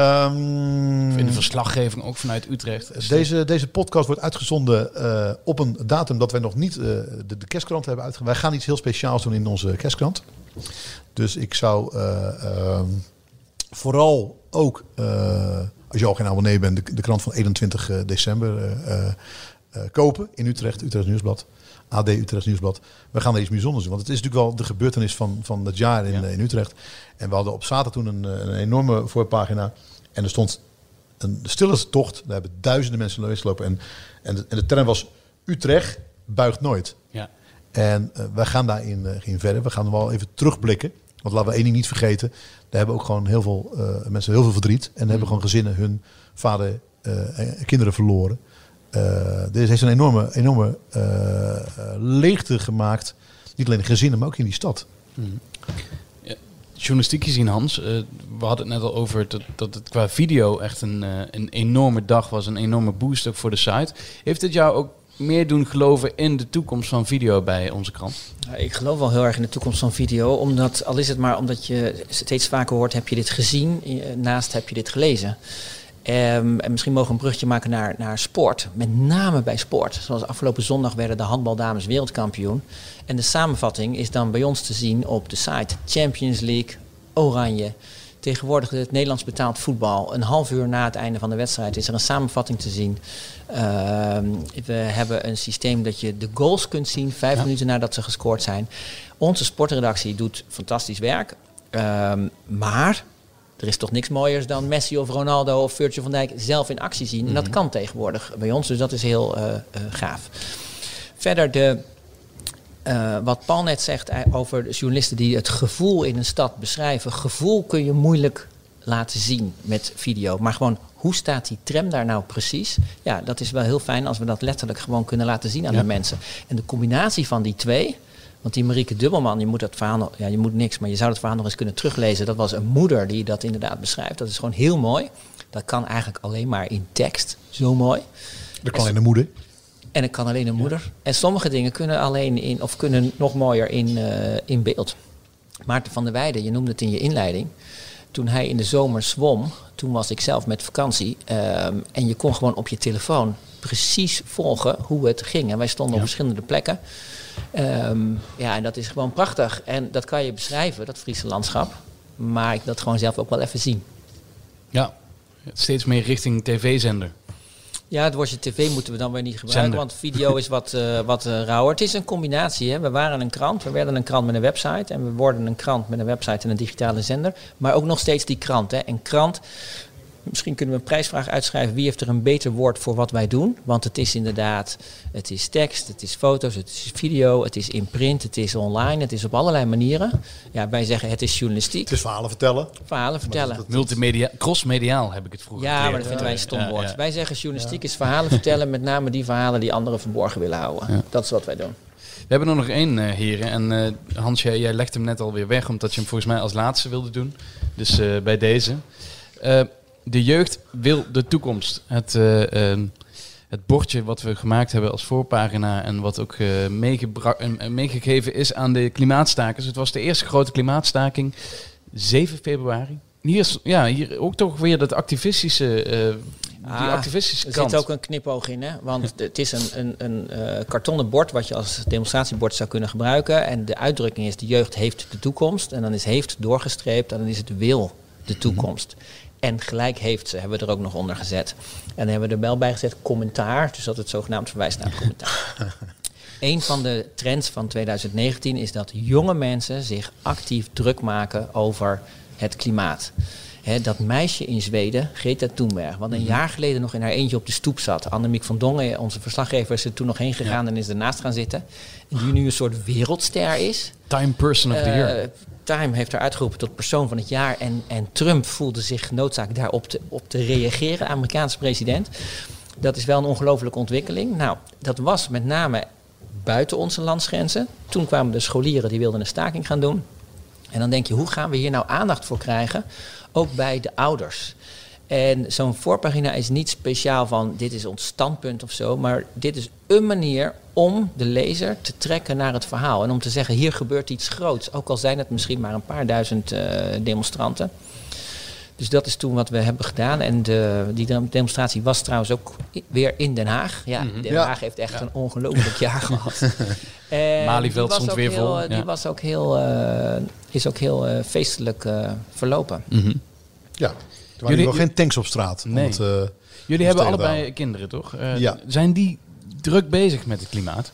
Um, in de verslaggeving ook vanuit Utrecht. Deze, deze podcast wordt uitgezonden uh, op een datum dat wij nog niet uh, de, de kerstkrant hebben uitgegeven. Wij gaan iets heel speciaals doen in onze kerstkrant. Dus ik zou uh, uh, vooral ook, uh, als je al geen abonnee bent, de, de krant van eenentwintig december uh, uh, uh, kopen in Utrecht, Utrecht Nieuwsblad. A D Utrecht Nieuwsblad. We gaan er iets bijzonders doen. Want het is natuurlijk wel de gebeurtenis van, van het jaar in, ja. in Utrecht. En we hadden op zaterdag toen een, een enorme voorpagina. En er stond een stille tocht. Daar hebben duizenden mensen langs gelopen. En, en, de, en de term was Utrecht buigt nooit. Ja. En uh, wij gaan daarin uh, in verder. We gaan wel even terugblikken. Want laten we één ding niet vergeten. Daar hebben ook gewoon heel veel uh, mensen heel veel verdriet. En mm. hebben gewoon gezinnen hun vader uh, en kinderen verloren. Uh, er heeft een enorme, enorme uh, leegte gemaakt. Niet alleen in gezinnen, maar ook in die stad. Mm. Ja, journalistiek gezien, Hans. Uh, we hadden het net al over dat, dat het qua video echt een, uh, een enorme dag was. Een enorme boost ook voor de site. Heeft het jou ook meer doen geloven in de toekomst van video bij onze krant? Ik geloof wel heel erg in de toekomst van video. Omdat, al is het maar omdat je steeds vaker hoort, heb je dit gezien? Naast heb je dit gelezen? Um, en misschien mogen we een brugje maken naar, naar sport. Met name bij sport. Zoals afgelopen zondag werden de handbaldames wereldkampioen. En de samenvatting is dan bij ons te zien op de site. Champions League, Oranje. Tegenwoordig het Nederlands betaald voetbal. Een half uur na het einde van de wedstrijd is er een samenvatting te zien. Uh, we hebben een systeem dat je de goals kunt zien. Vijf ja. minuten nadat ze gescoord zijn. Onze sportredactie doet fantastisch werk. Uh, maar... Er is toch niks mooiers dan Messi of Ronaldo of Virgil van Dijk zelf in actie zien. Mm-hmm. En dat kan tegenwoordig bij ons, dus dat is heel uh, uh, gaaf. Verder de, uh, wat Paul net zegt over de journalisten die het gevoel in een stad beschrijven. Gevoel kun je moeilijk laten zien met video. Maar gewoon, hoe staat die tram daar nou precies? Ja, dat is wel heel fijn als we dat letterlijk gewoon kunnen laten zien aan ja. de mensen. En de combinatie van die twee... Want die Marieke Dubbelman, je moet dat verhaal nog, ja, je moet niks, maar je zou het verhaal nog eens kunnen teruglezen. Dat was een moeder die dat inderdaad beschrijft. Dat is gewoon heel mooi. Dat kan eigenlijk alleen maar in tekst. Zo mooi. Dat kan alleen de moeder. En dat kan alleen een moeder. Ja. En sommige dingen kunnen alleen in, of kunnen nog mooier in, uh, in beeld. Maarten van der Weijden, je noemde het in je inleiding. Toen hij in de zomer zwom, toen was ik zelf met vakantie. Um, en je kon gewoon op je telefoon precies volgen hoe het ging. En wij stonden ja. op verschillende plekken. Um, ja, en dat is gewoon prachtig. En dat kan je beschrijven, dat Friese landschap. Maar ik wil het gewoon zelf ook wel even zien. Ja, steeds meer richting tv-zender. Ja, het woordje tv moeten we dan weer niet gebruiken, zender. Want video is wat, uh, wat uh, rauwer. Het is een combinatie. Hè. We waren een krant, we werden een krant met een website. En we worden een krant met een website en een digitale zender. Maar ook nog steeds die krant. Hè. En krant... Misschien kunnen we een prijsvraag uitschrijven. Wie heeft er een beter woord voor wat wij doen? Want het is inderdaad, het is tekst, het is foto's, het is video, het is in print, het is online, het is op allerlei manieren. Ja, wij zeggen het is journalistiek. Het is verhalen vertellen. Verhalen vertellen. Dat, dat, Multimedia, crossmediaal heb ik het vroeger Ja, geleerd. Maar dat vinden wij een stom ja, woord. Ja. Wij zeggen journalistiek ja. is verhalen vertellen, met name die verhalen die anderen verborgen willen houden. Ja. Dat is wat wij doen. We hebben er nog één, uh, heren. En uh, Hans, jij, jij legt hem net alweer weg, omdat je hem volgens mij als laatste wilde doen. Dus uh, bij deze. Uh, De jeugd wil de toekomst. Het, uh, uh, het bordje wat we gemaakt hebben als voorpagina en wat ook uh, meegebra- uh, meegegeven is aan de klimaatstakers. Het was de eerste grote klimaatstaking, zeven februari. Hier is ja, hier ook toch weer dat activistische, uh, die ah, activistische er kant. zit ook een knipoog in, hè? Want het is een, een, een uh, kartonnen bord wat je als demonstratiebord zou kunnen gebruiken. En de uitdrukking is: de jeugd heeft de toekomst. En dan is heeft doorgestreept en dan is het wil de toekomst. Mm-hmm. En gelijk heeft ze, hebben we er ook nog onder gezet. En dan hebben we er wel bij gezet commentaar, dus dat het zogenaamd verwijst naar commentaar. Een van de trends van twintig negentien is dat jonge mensen zich actief druk maken over het klimaat. He, dat meisje in Zweden, Greta Thunberg, wat een mm-hmm. jaar geleden nog in haar eentje op de stoep zat. Annemiek van Dongen, onze verslaggever, is er toen nog heen gegaan ja. en is ernaast gaan zitten. En die nu een soort wereldster is. Time Person of the Year. Uh, Time heeft haar uitgeroepen tot persoon van het jaar. En, en Trump voelde zich genoodzaakt daarop te, op te reageren, de Amerikaanse president. Dat is wel een ongelofelijke ontwikkeling. Nou, dat was met name buiten onze landsgrenzen. Toen kwamen de scholieren die wilden een staking gaan doen. En dan denk je, hoe gaan we hier nou aandacht voor krijgen? Ook bij de ouders. En zo'n voorpagina is niet speciaal van dit is ons standpunt of zo. Maar dit is een manier om de lezer te trekken naar het verhaal. En om te zeggen, hier gebeurt iets groots. Ook al zijn het misschien maar een paar duizend uh, demonstranten. Dus dat is toen wat we hebben gedaan. En de, die demonstratie was trouwens ook weer in Den Haag. Ja, mm-hmm. Den Haag ja. heeft echt ja. een ongelooflijk jaar gehad. Malieveld stond weer heel, vol. Die ja. was ook heel, uh, is ook heel uh, feestelijk uh, verlopen. Mm-hmm. Ja, er waren Jullie, nog geen tanks op straat. Nee. Het, uh, Jullie hebben allebei wel. kinderen, toch? Uh, ja. Zijn die druk bezig met het klimaat?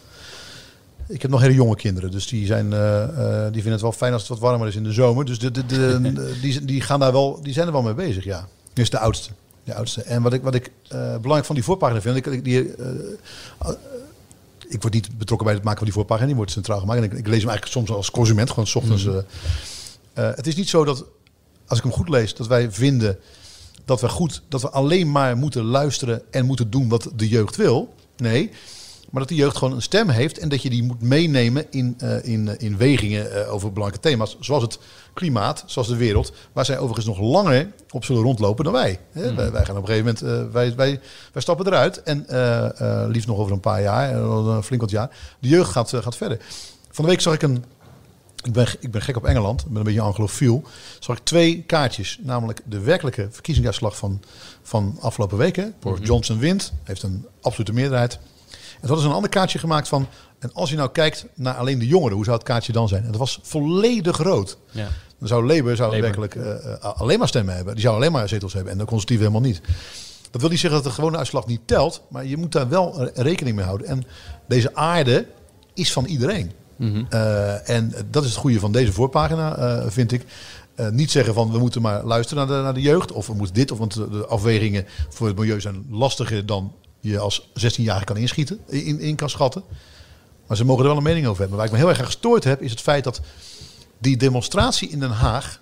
Ik heb nog hele jonge kinderen, dus die, zijn, uh, uh, die vinden het wel fijn als het wat warmer is in de zomer. Dus de, de, de, de, die, die, gaan daar wel, die zijn er wel mee bezig, ja. Dat is de oudste. De oudste. En wat ik, wat ik uh, belangrijk van die voorpagina vind, ik, die, uh, uh, ik word niet betrokken bij het maken van die voorpagina, die wordt centraal gemaakt. En ik, ik lees hem eigenlijk soms als consument, gewoon 's ochtends. Uh, uh, het is niet zo dat, als ik hem goed lees, dat wij vinden dat we, goed, dat we alleen maar moeten luisteren en moeten doen wat de jeugd wil. Nee. Maar dat de jeugd gewoon een stem heeft en dat je die moet meenemen in, uh, in, uh, in wegingen uh, over belangrijke thema's. Zoals het klimaat, zoals de wereld, waar zij overigens nog langer op zullen rondlopen dan wij. Hè? Mm. Wij, wij gaan op een gegeven moment, uh, wij, wij, wij stappen eruit. En uh, uh, liefst nog over een paar jaar, uh, flink wat jaar. De jeugd gaat, uh, gaat verder. Van de week zag ik een, ik ben, ik ben gek op Engeland, ik ben een beetje anglofiel. Zag ik twee kaartjes, namelijk de werkelijke verkiezingsuitslag van, van afgelopen weken. Boris mm-hmm. Johnson wint, heeft een absolute meerderheid. En dat is een ander kaartje gemaakt van, en als je nou kijkt naar alleen de jongeren, hoe zou het kaartje dan zijn? En dat was volledig rood. Ja. Dan zou Labour, zou Labour. werkelijk uh, uh, alleen maar stemmen hebben. Die zou alleen maar zetels hebben en de conservatieven helemaal niet. Dat wil niet zeggen dat de gewone uitslag niet telt, maar je moet daar wel rekening mee houden. En deze aarde is van iedereen. Mm-hmm. Uh, en dat is het goede van deze voorpagina, uh, vind ik. Uh, niet zeggen van we moeten maar luisteren naar de, naar de jeugd, of we moeten dit, of want de afwegingen voor het milieu zijn lastiger dan je als zestienjarige kan inschieten, in, in kan schatten. Maar ze mogen er wel een mening over hebben. Waar ik me heel erg aan gestoord heb, is het feit dat die demonstratie in Den Haag,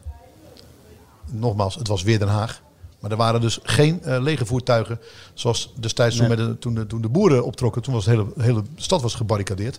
nogmaals, het was weer Den Haag, maar er waren dus geen uh, legervoertuigen, zoals destijds nee. toen, met de, toen, de, toen de boeren optrokken, toen was de hele, hele stad was gebarricadeerd.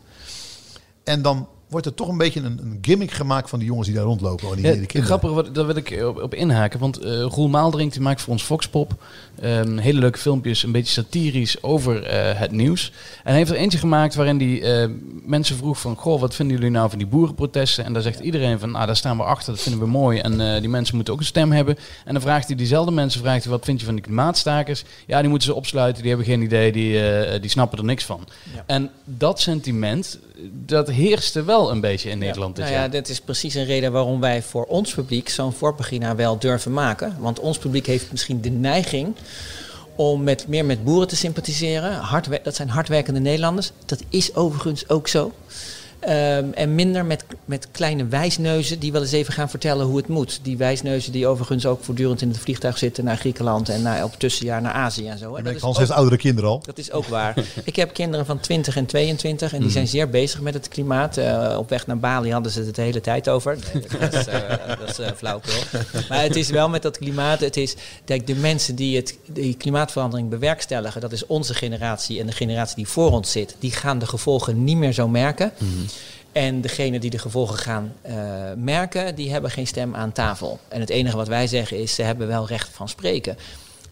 En dan wordt er toch een beetje een, een gimmick gemaakt van die jongens die daar rondlopen. Die, ja, die kinderen. Grappig, wat, daar wil ik op, op inhaken. Want uh, Roel Maaldrink die maakt voor ons Foxpop um, hele leuke filmpjes, een beetje satirisch over uh, het nieuws. En hij heeft er eentje gemaakt waarin hij uh, mensen vroeg van, goh, wat vinden jullie nou van die boerenprotesten? En daar zegt iedereen van, ah, daar staan we achter, dat vinden we mooi. En uh, die mensen moeten ook een stem hebben. En dan vraagt hij diezelfde mensen, vraagt hij, wat vind je van die klimaatstakers? Ja, die moeten ze opsluiten, die hebben geen idee, die, uh, die snappen er niks van. Ja. En dat sentiment, dat heerste wel een beetje in Nederland. Ja, nou ja, dat is precies een reden waarom wij voor ons publiek zo'n voorpagina wel durven maken. Want ons publiek heeft misschien de neiging om met, meer met boeren te sympathiseren. Hardwer- dat zijn hardwerkende Nederlanders. Dat is overigens ook zo. Um, en minder met, met kleine wijsneuzen die wel eens even gaan vertellen hoe het moet. Die wijsneuzen die overigens ook voortdurend in het vliegtuig zitten naar Griekenland en naar, op tussenjaar naar Azië en zo. En dat Hans heeft oudere kinderen al. Dat is ook waar. Ik heb kinderen van twintig en tweeëntwintig en die zijn zeer bezig met het klimaat. Uh, op weg naar Bali hadden ze het de hele tijd over. Nee, dat is, uh, dat is uh, flauwkul. Maar het is wel met dat klimaat. Het is, kijk, de mensen die het, die klimaatverandering bewerkstelligen, dat is onze generatie en de generatie die voor ons zit, die gaan de gevolgen niet meer zo merken. Mm-hmm. En degenen die de gevolgen gaan uh, merken, die hebben geen stem aan tafel. En het enige wat wij zeggen is, ze hebben wel recht van spreken.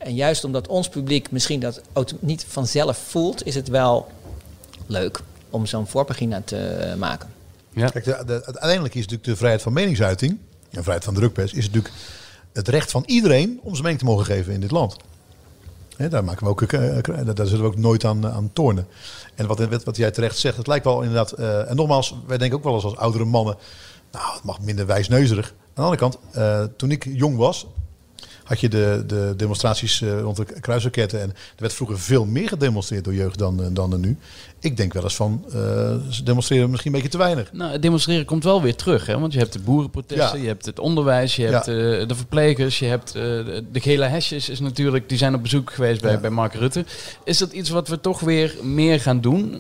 En juist omdat ons publiek misschien dat auto- niet vanzelf voelt, is het wel leuk om zo'n voorpagina te maken. Ja. Kijk, de, de, uiteindelijk is natuurlijk de vrijheid van meningsuiting, en vrijheid van drukpers, is natuurlijk het recht van iedereen om zijn mening te mogen geven in dit land. He, daar, maken we ook, uh, daar zullen we ook nooit aan, aan tornen. En wat, wat jij terecht zegt, het lijkt wel inderdaad... Uh, en nogmaals, wij denken ook wel eens als oudere mannen... nou, het mag minder wijsneuzerig. Aan de andere kant, uh, toen ik jong was... had je de, de demonstraties uh, rond de kruisraketten. En er werd vroeger veel meer gedemonstreerd door jeugd dan, uh, dan er nu. Ik denk wel eens van, uh, ze demonstreren misschien een beetje te weinig. Nou, het demonstreren komt wel weer terug. Hè? Want je hebt de boerenprotesten, ja. je hebt het onderwijs, je hebt ja. uh, de verplegers, je hebt uh, de gele hesjes is natuurlijk, die zijn op bezoek geweest bij, ja. bij Mark Rutte. Is dat iets wat we toch weer meer gaan doen?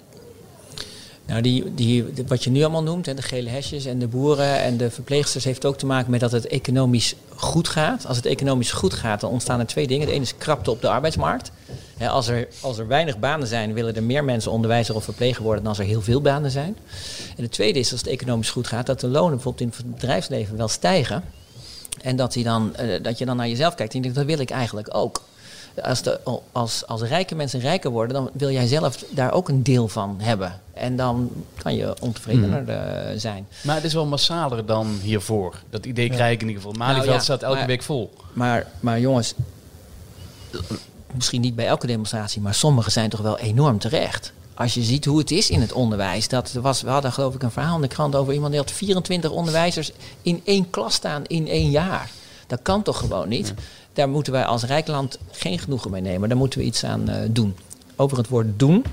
Nou, die, die, wat je nu allemaal noemt, hè, de gele hesjes en de boeren en de verpleegsters, heeft ook te maken met dat het economisch goed gaat. Als het economisch goed gaat, dan ontstaan er twee dingen. Het ene is krapte op de arbeidsmarkt. Hè, als, er, als er weinig banen zijn, willen er meer mensen onderwijzer of verpleger worden dan als er heel veel banen zijn. En het tweede is, als het economisch goed gaat, dat de lonen bijvoorbeeld in het bedrijfsleven wel stijgen. En dat, die dan, uh, dat je dan naar jezelf kijkt en je denkt, dat wil ik eigenlijk ook. Als, de, als, als rijke mensen rijker worden, dan wil jij zelf daar ook een deel van hebben. En dan kan je ontevredener hmm. zijn. Maar het is wel massaler dan hiervoor. Dat idee ja. krijg ik in ieder geval. Malieveld nou ja, staat elke maar, week vol. Maar, maar jongens, misschien niet bij elke demonstratie, maar sommige zijn toch wel enorm terecht. Als je ziet hoe het is in het onderwijs. Dat was, we hadden geloof ik een verhaal in de krant over iemand die had vierentwintig onderwijzers in één klas staan in één jaar. Dat kan toch gewoon niet? Ja. Daar moeten wij als rijk land geen genoegen mee nemen. Daar moeten we iets aan uh, doen. Over het woord doen.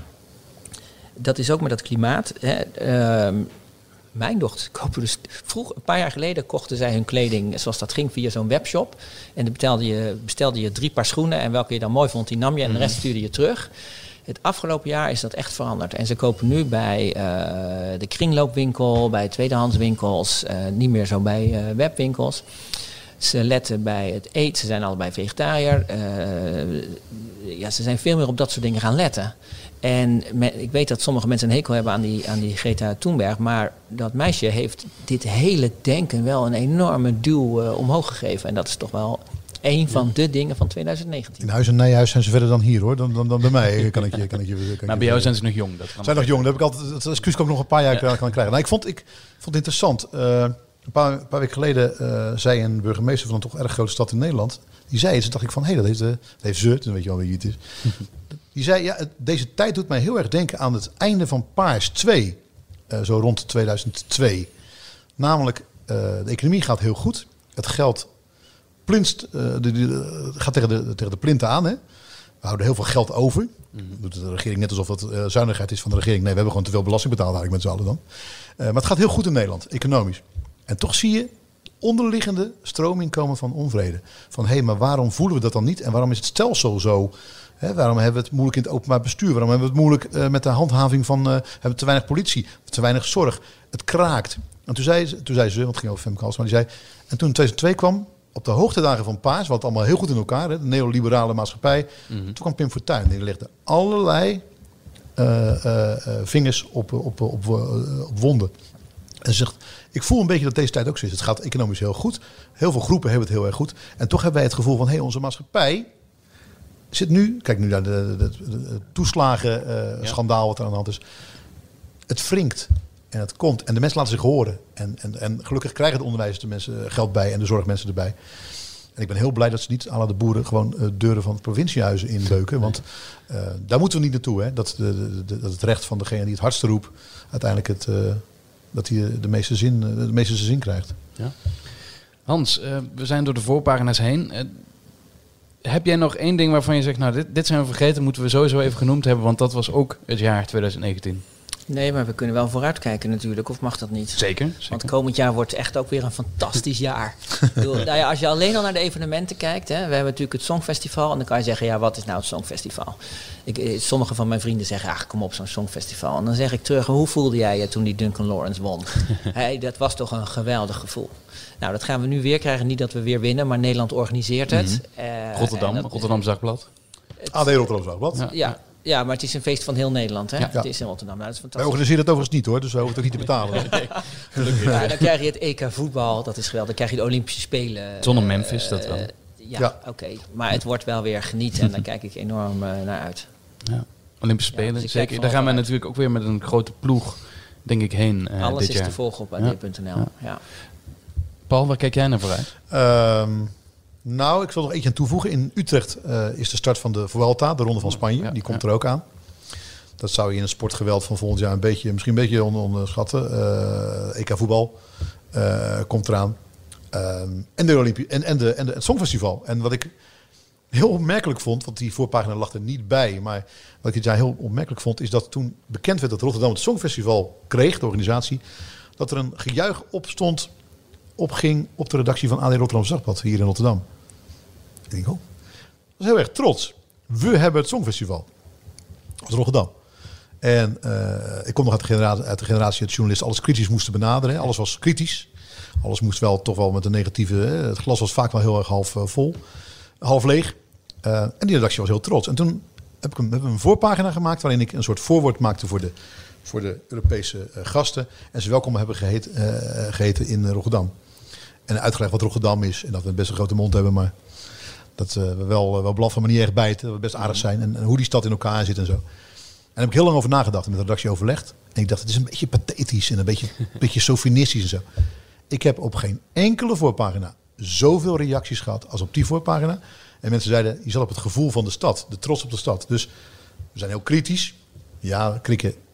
Dat is ook met dat klimaat. Hè. Uh, mijn dochters kopen dus... Vroeg, een paar jaar geleden kochten zij hun kleding zoals dat ging via zo'n webshop. En dan bestelde je, bestelde je drie paar schoenen. En welke je dan mooi vond, die nam je. En de rest stuurde je terug. Het afgelopen jaar is dat echt veranderd. En ze kopen nu bij uh, de kringloopwinkel, bij tweedehandswinkels. Uh, niet meer zo bij uh, webwinkels. Ze letten bij het eten, ze zijn allebei vegetariër. Uh, ja, ze zijn veel meer op dat soort dingen gaan letten. En me, ik weet dat sommige mensen een hekel hebben aan die, aan die Greta Thunberg. Maar dat meisje heeft dit hele denken wel een enorme duw uh, omhoog gegeven. En dat is toch wel een van de dingen van twintig negentien. In Huis en Nijhuis zijn ze verder dan hier hoor. Dan, dan, dan bij mij kan ik je... Kan ik je, kan maar je bij jou zijn ze nog jong. Dat kan zijn nog jong. Dat heb ik altijd, het excuus kan ik nog een paar jaar ja. kan krijgen. Nou, ik, vond, ik vond het interessant... Uh, Een paar, een paar weken geleden uh, zei een burgemeester van een toch erg grote stad in Nederland. Die zei het, toen dacht ik van, hé, hey, dat heeft, uh, dat heeft ze, dan weet je wel wie het is. Die zei, ja, het, deze tijd doet mij heel erg denken aan het einde van Paars twee. Uh, zo rond tweeduizend twee. Namelijk, uh, de economie gaat heel goed. Het geld plunst, uh, de, de, de, gaat tegen de, tegen de plinten aan. Hè. We houden heel veel geld over. Mm-hmm. Doet de regering net alsof het uh, zuinigheid is van de regering. Nee, we hebben gewoon te veel belasting betaald eigenlijk met z'n allen dan. Uh, maar het gaat heel goed in Nederland, economisch. En toch zie je onderliggende stroming komen van onvrede. Van hé, hey, maar waarom voelen we dat dan niet? En waarom is het stelsel zo? Hè, waarom hebben we het moeilijk in het openbaar bestuur? Waarom hebben we het moeilijk uh, met de handhaving van... Uh, hebben we te weinig politie, te weinig zorg? Het kraakt. En toen zei ze, toen zei ze want het ging over Femke Halsema, die zei... En toen in tweeduizend twee kwam, op de hoogtedagen van Paars... wat allemaal heel goed in elkaar, hè, de neoliberale maatschappij... Mm-hmm. Toen kwam Pim Fortuyn. Die legde allerlei uh, uh, uh, vingers op, op, op, uh, op wonden. En ze zegt, ik voel een beetje dat deze tijd ook zo is. Het gaat economisch heel goed. Heel veel groepen hebben het heel erg goed. En toch hebben wij het gevoel van, hé, hey, onze maatschappij zit nu... Kijk nu naar de, de, de, de toeslagen uh, schandaal wat er aan de hand is. Het wringt en het komt. En de mensen laten zich horen. En, en, en gelukkig krijgen de onderwijzers de mensen geld bij en de zorgmensen erbij. En ik ben heel blij dat ze niet à la de boeren gewoon uh, deuren van provinciehuizen inbeuken. Want uh, daar moeten we niet naartoe. Hè? Dat, de, de, de, dat het recht van degene die het hardste roept uiteindelijk het... Uh, dat hij de meeste zin, de meeste zin krijgt. Ja. Hans, uh, we zijn door de voorpagina's heen. Uh, heb jij nog één ding waarvan je zegt... nou, dit, dit zijn we vergeten, moeten we sowieso even genoemd hebben... want dat was ook het jaar twintig negentien. Nee, maar we kunnen wel vooruitkijken natuurlijk. Of mag dat niet? Zeker. zeker. Want komend jaar wordt echt ook weer een fantastisch jaar. bedoel, nou ja, als je alleen al naar de evenementen kijkt... Hè, we hebben natuurlijk het Songfestival... en dan kan je zeggen, ja, wat is nou het Songfestival? Ik, sommige van mijn vrienden zeggen, ach, kom op, zo'n Songfestival. En dan zeg ik terug, hoe voelde jij je toen die Duncan Lawrence won? Hey, dat was toch een geweldig gevoel. Nou, dat gaan we nu weer krijgen. Niet dat we weer winnen, maar Nederland organiseert het. Mm-hmm. Uh, Rotterdam, dat, Rotterdam Dagblad. A D Rotterdam Dagblad. Ja. ja. Ja, maar het is een feest van heel Nederland. Hè? Ja. Het is in Rotterdam. Nou, dat is fantastisch. Wij organiseren het overigens niet hoor, dus we hoeven het ook niet te betalen. nee. Ja, dan krijg je het E K voetbal, dat is geweldig. Dan krijg je de Olympische Spelen. Zonder Memphis, dat wel. Uh, ja, Ja. oké. Okay. Maar het wordt wel weer genieten en daar kijk ik enorm uh, naar uit. Ja. Olympische Spelen, ja, dus zeker. Daar gaan wij natuurlijk ook weer met een grote ploeg, denk ik, heen uh, Alles dit is jaar. te volgen op A D punt N L. Ja. Ja. Paul, waar kijk jij naar vooruit? Um, nou, ik zal nog eentje aan toevoegen. In Utrecht uh, is de start van de Vuelta, de Ronde van Spanje. Ja, die komt ja. er ook aan. Dat zou je in het sportgeweld van volgend jaar een beetje, misschien een beetje onderschatten. Uh, E K voetbal uh, komt eraan. Um, en, de Olympie- en, en, de, en de, het Songfestival. En wat ik heel opmerkelijk vond, want die voorpagina lag er niet bij, maar wat ik dit jaar heel opmerkelijk vond, is dat toen bekend werd dat Rotterdam het Songfestival kreeg, de organisatie, dat er een gejuich opstond, opging op de redactie van A D Rotterdam Dagblad hier in Rotterdam. En ik denk, oh, dat is heel erg trots. We hebben het Songfestival. Dat was Rotterdam. En uh, ik kom nog uit de, generatie, uit de generatie dat journalisten alles kritisch moesten benaderen. Hè. Alles was kritisch. Alles moest wel toch wel met een negatieve... Hè. Het glas was vaak wel heel erg half uh, vol. Half leeg. Uh, en die redactie was heel trots. En toen heb ik een, heb een voorpagina gemaakt waarin ik een soort voorwoord maakte voor de, voor de Europese uh, gasten. En ze welkom hebben geheet, uh, geheten in uh, Rotterdam. En uitgelegd wat Rotterdam is. En dat we best een grote mond hebben, maar dat uh, we wel, uh, wel blaffen, maar niet echt bijten. Dat we best aardig zijn. En, en hoe die stad in elkaar zit en zo. En daar heb ik heel lang over nagedacht en met de redactie overlegd. En ik dacht, het is een beetje pathetisch en een beetje, een beetje chauvinistisch en zo. Ik heb op geen enkele voorpagina zoveel reacties gehad als op die voorpagina. En mensen zeiden, je zat op het gevoel van de stad, de trots op de stad. Dus we zijn heel kritisch. Ja, krikken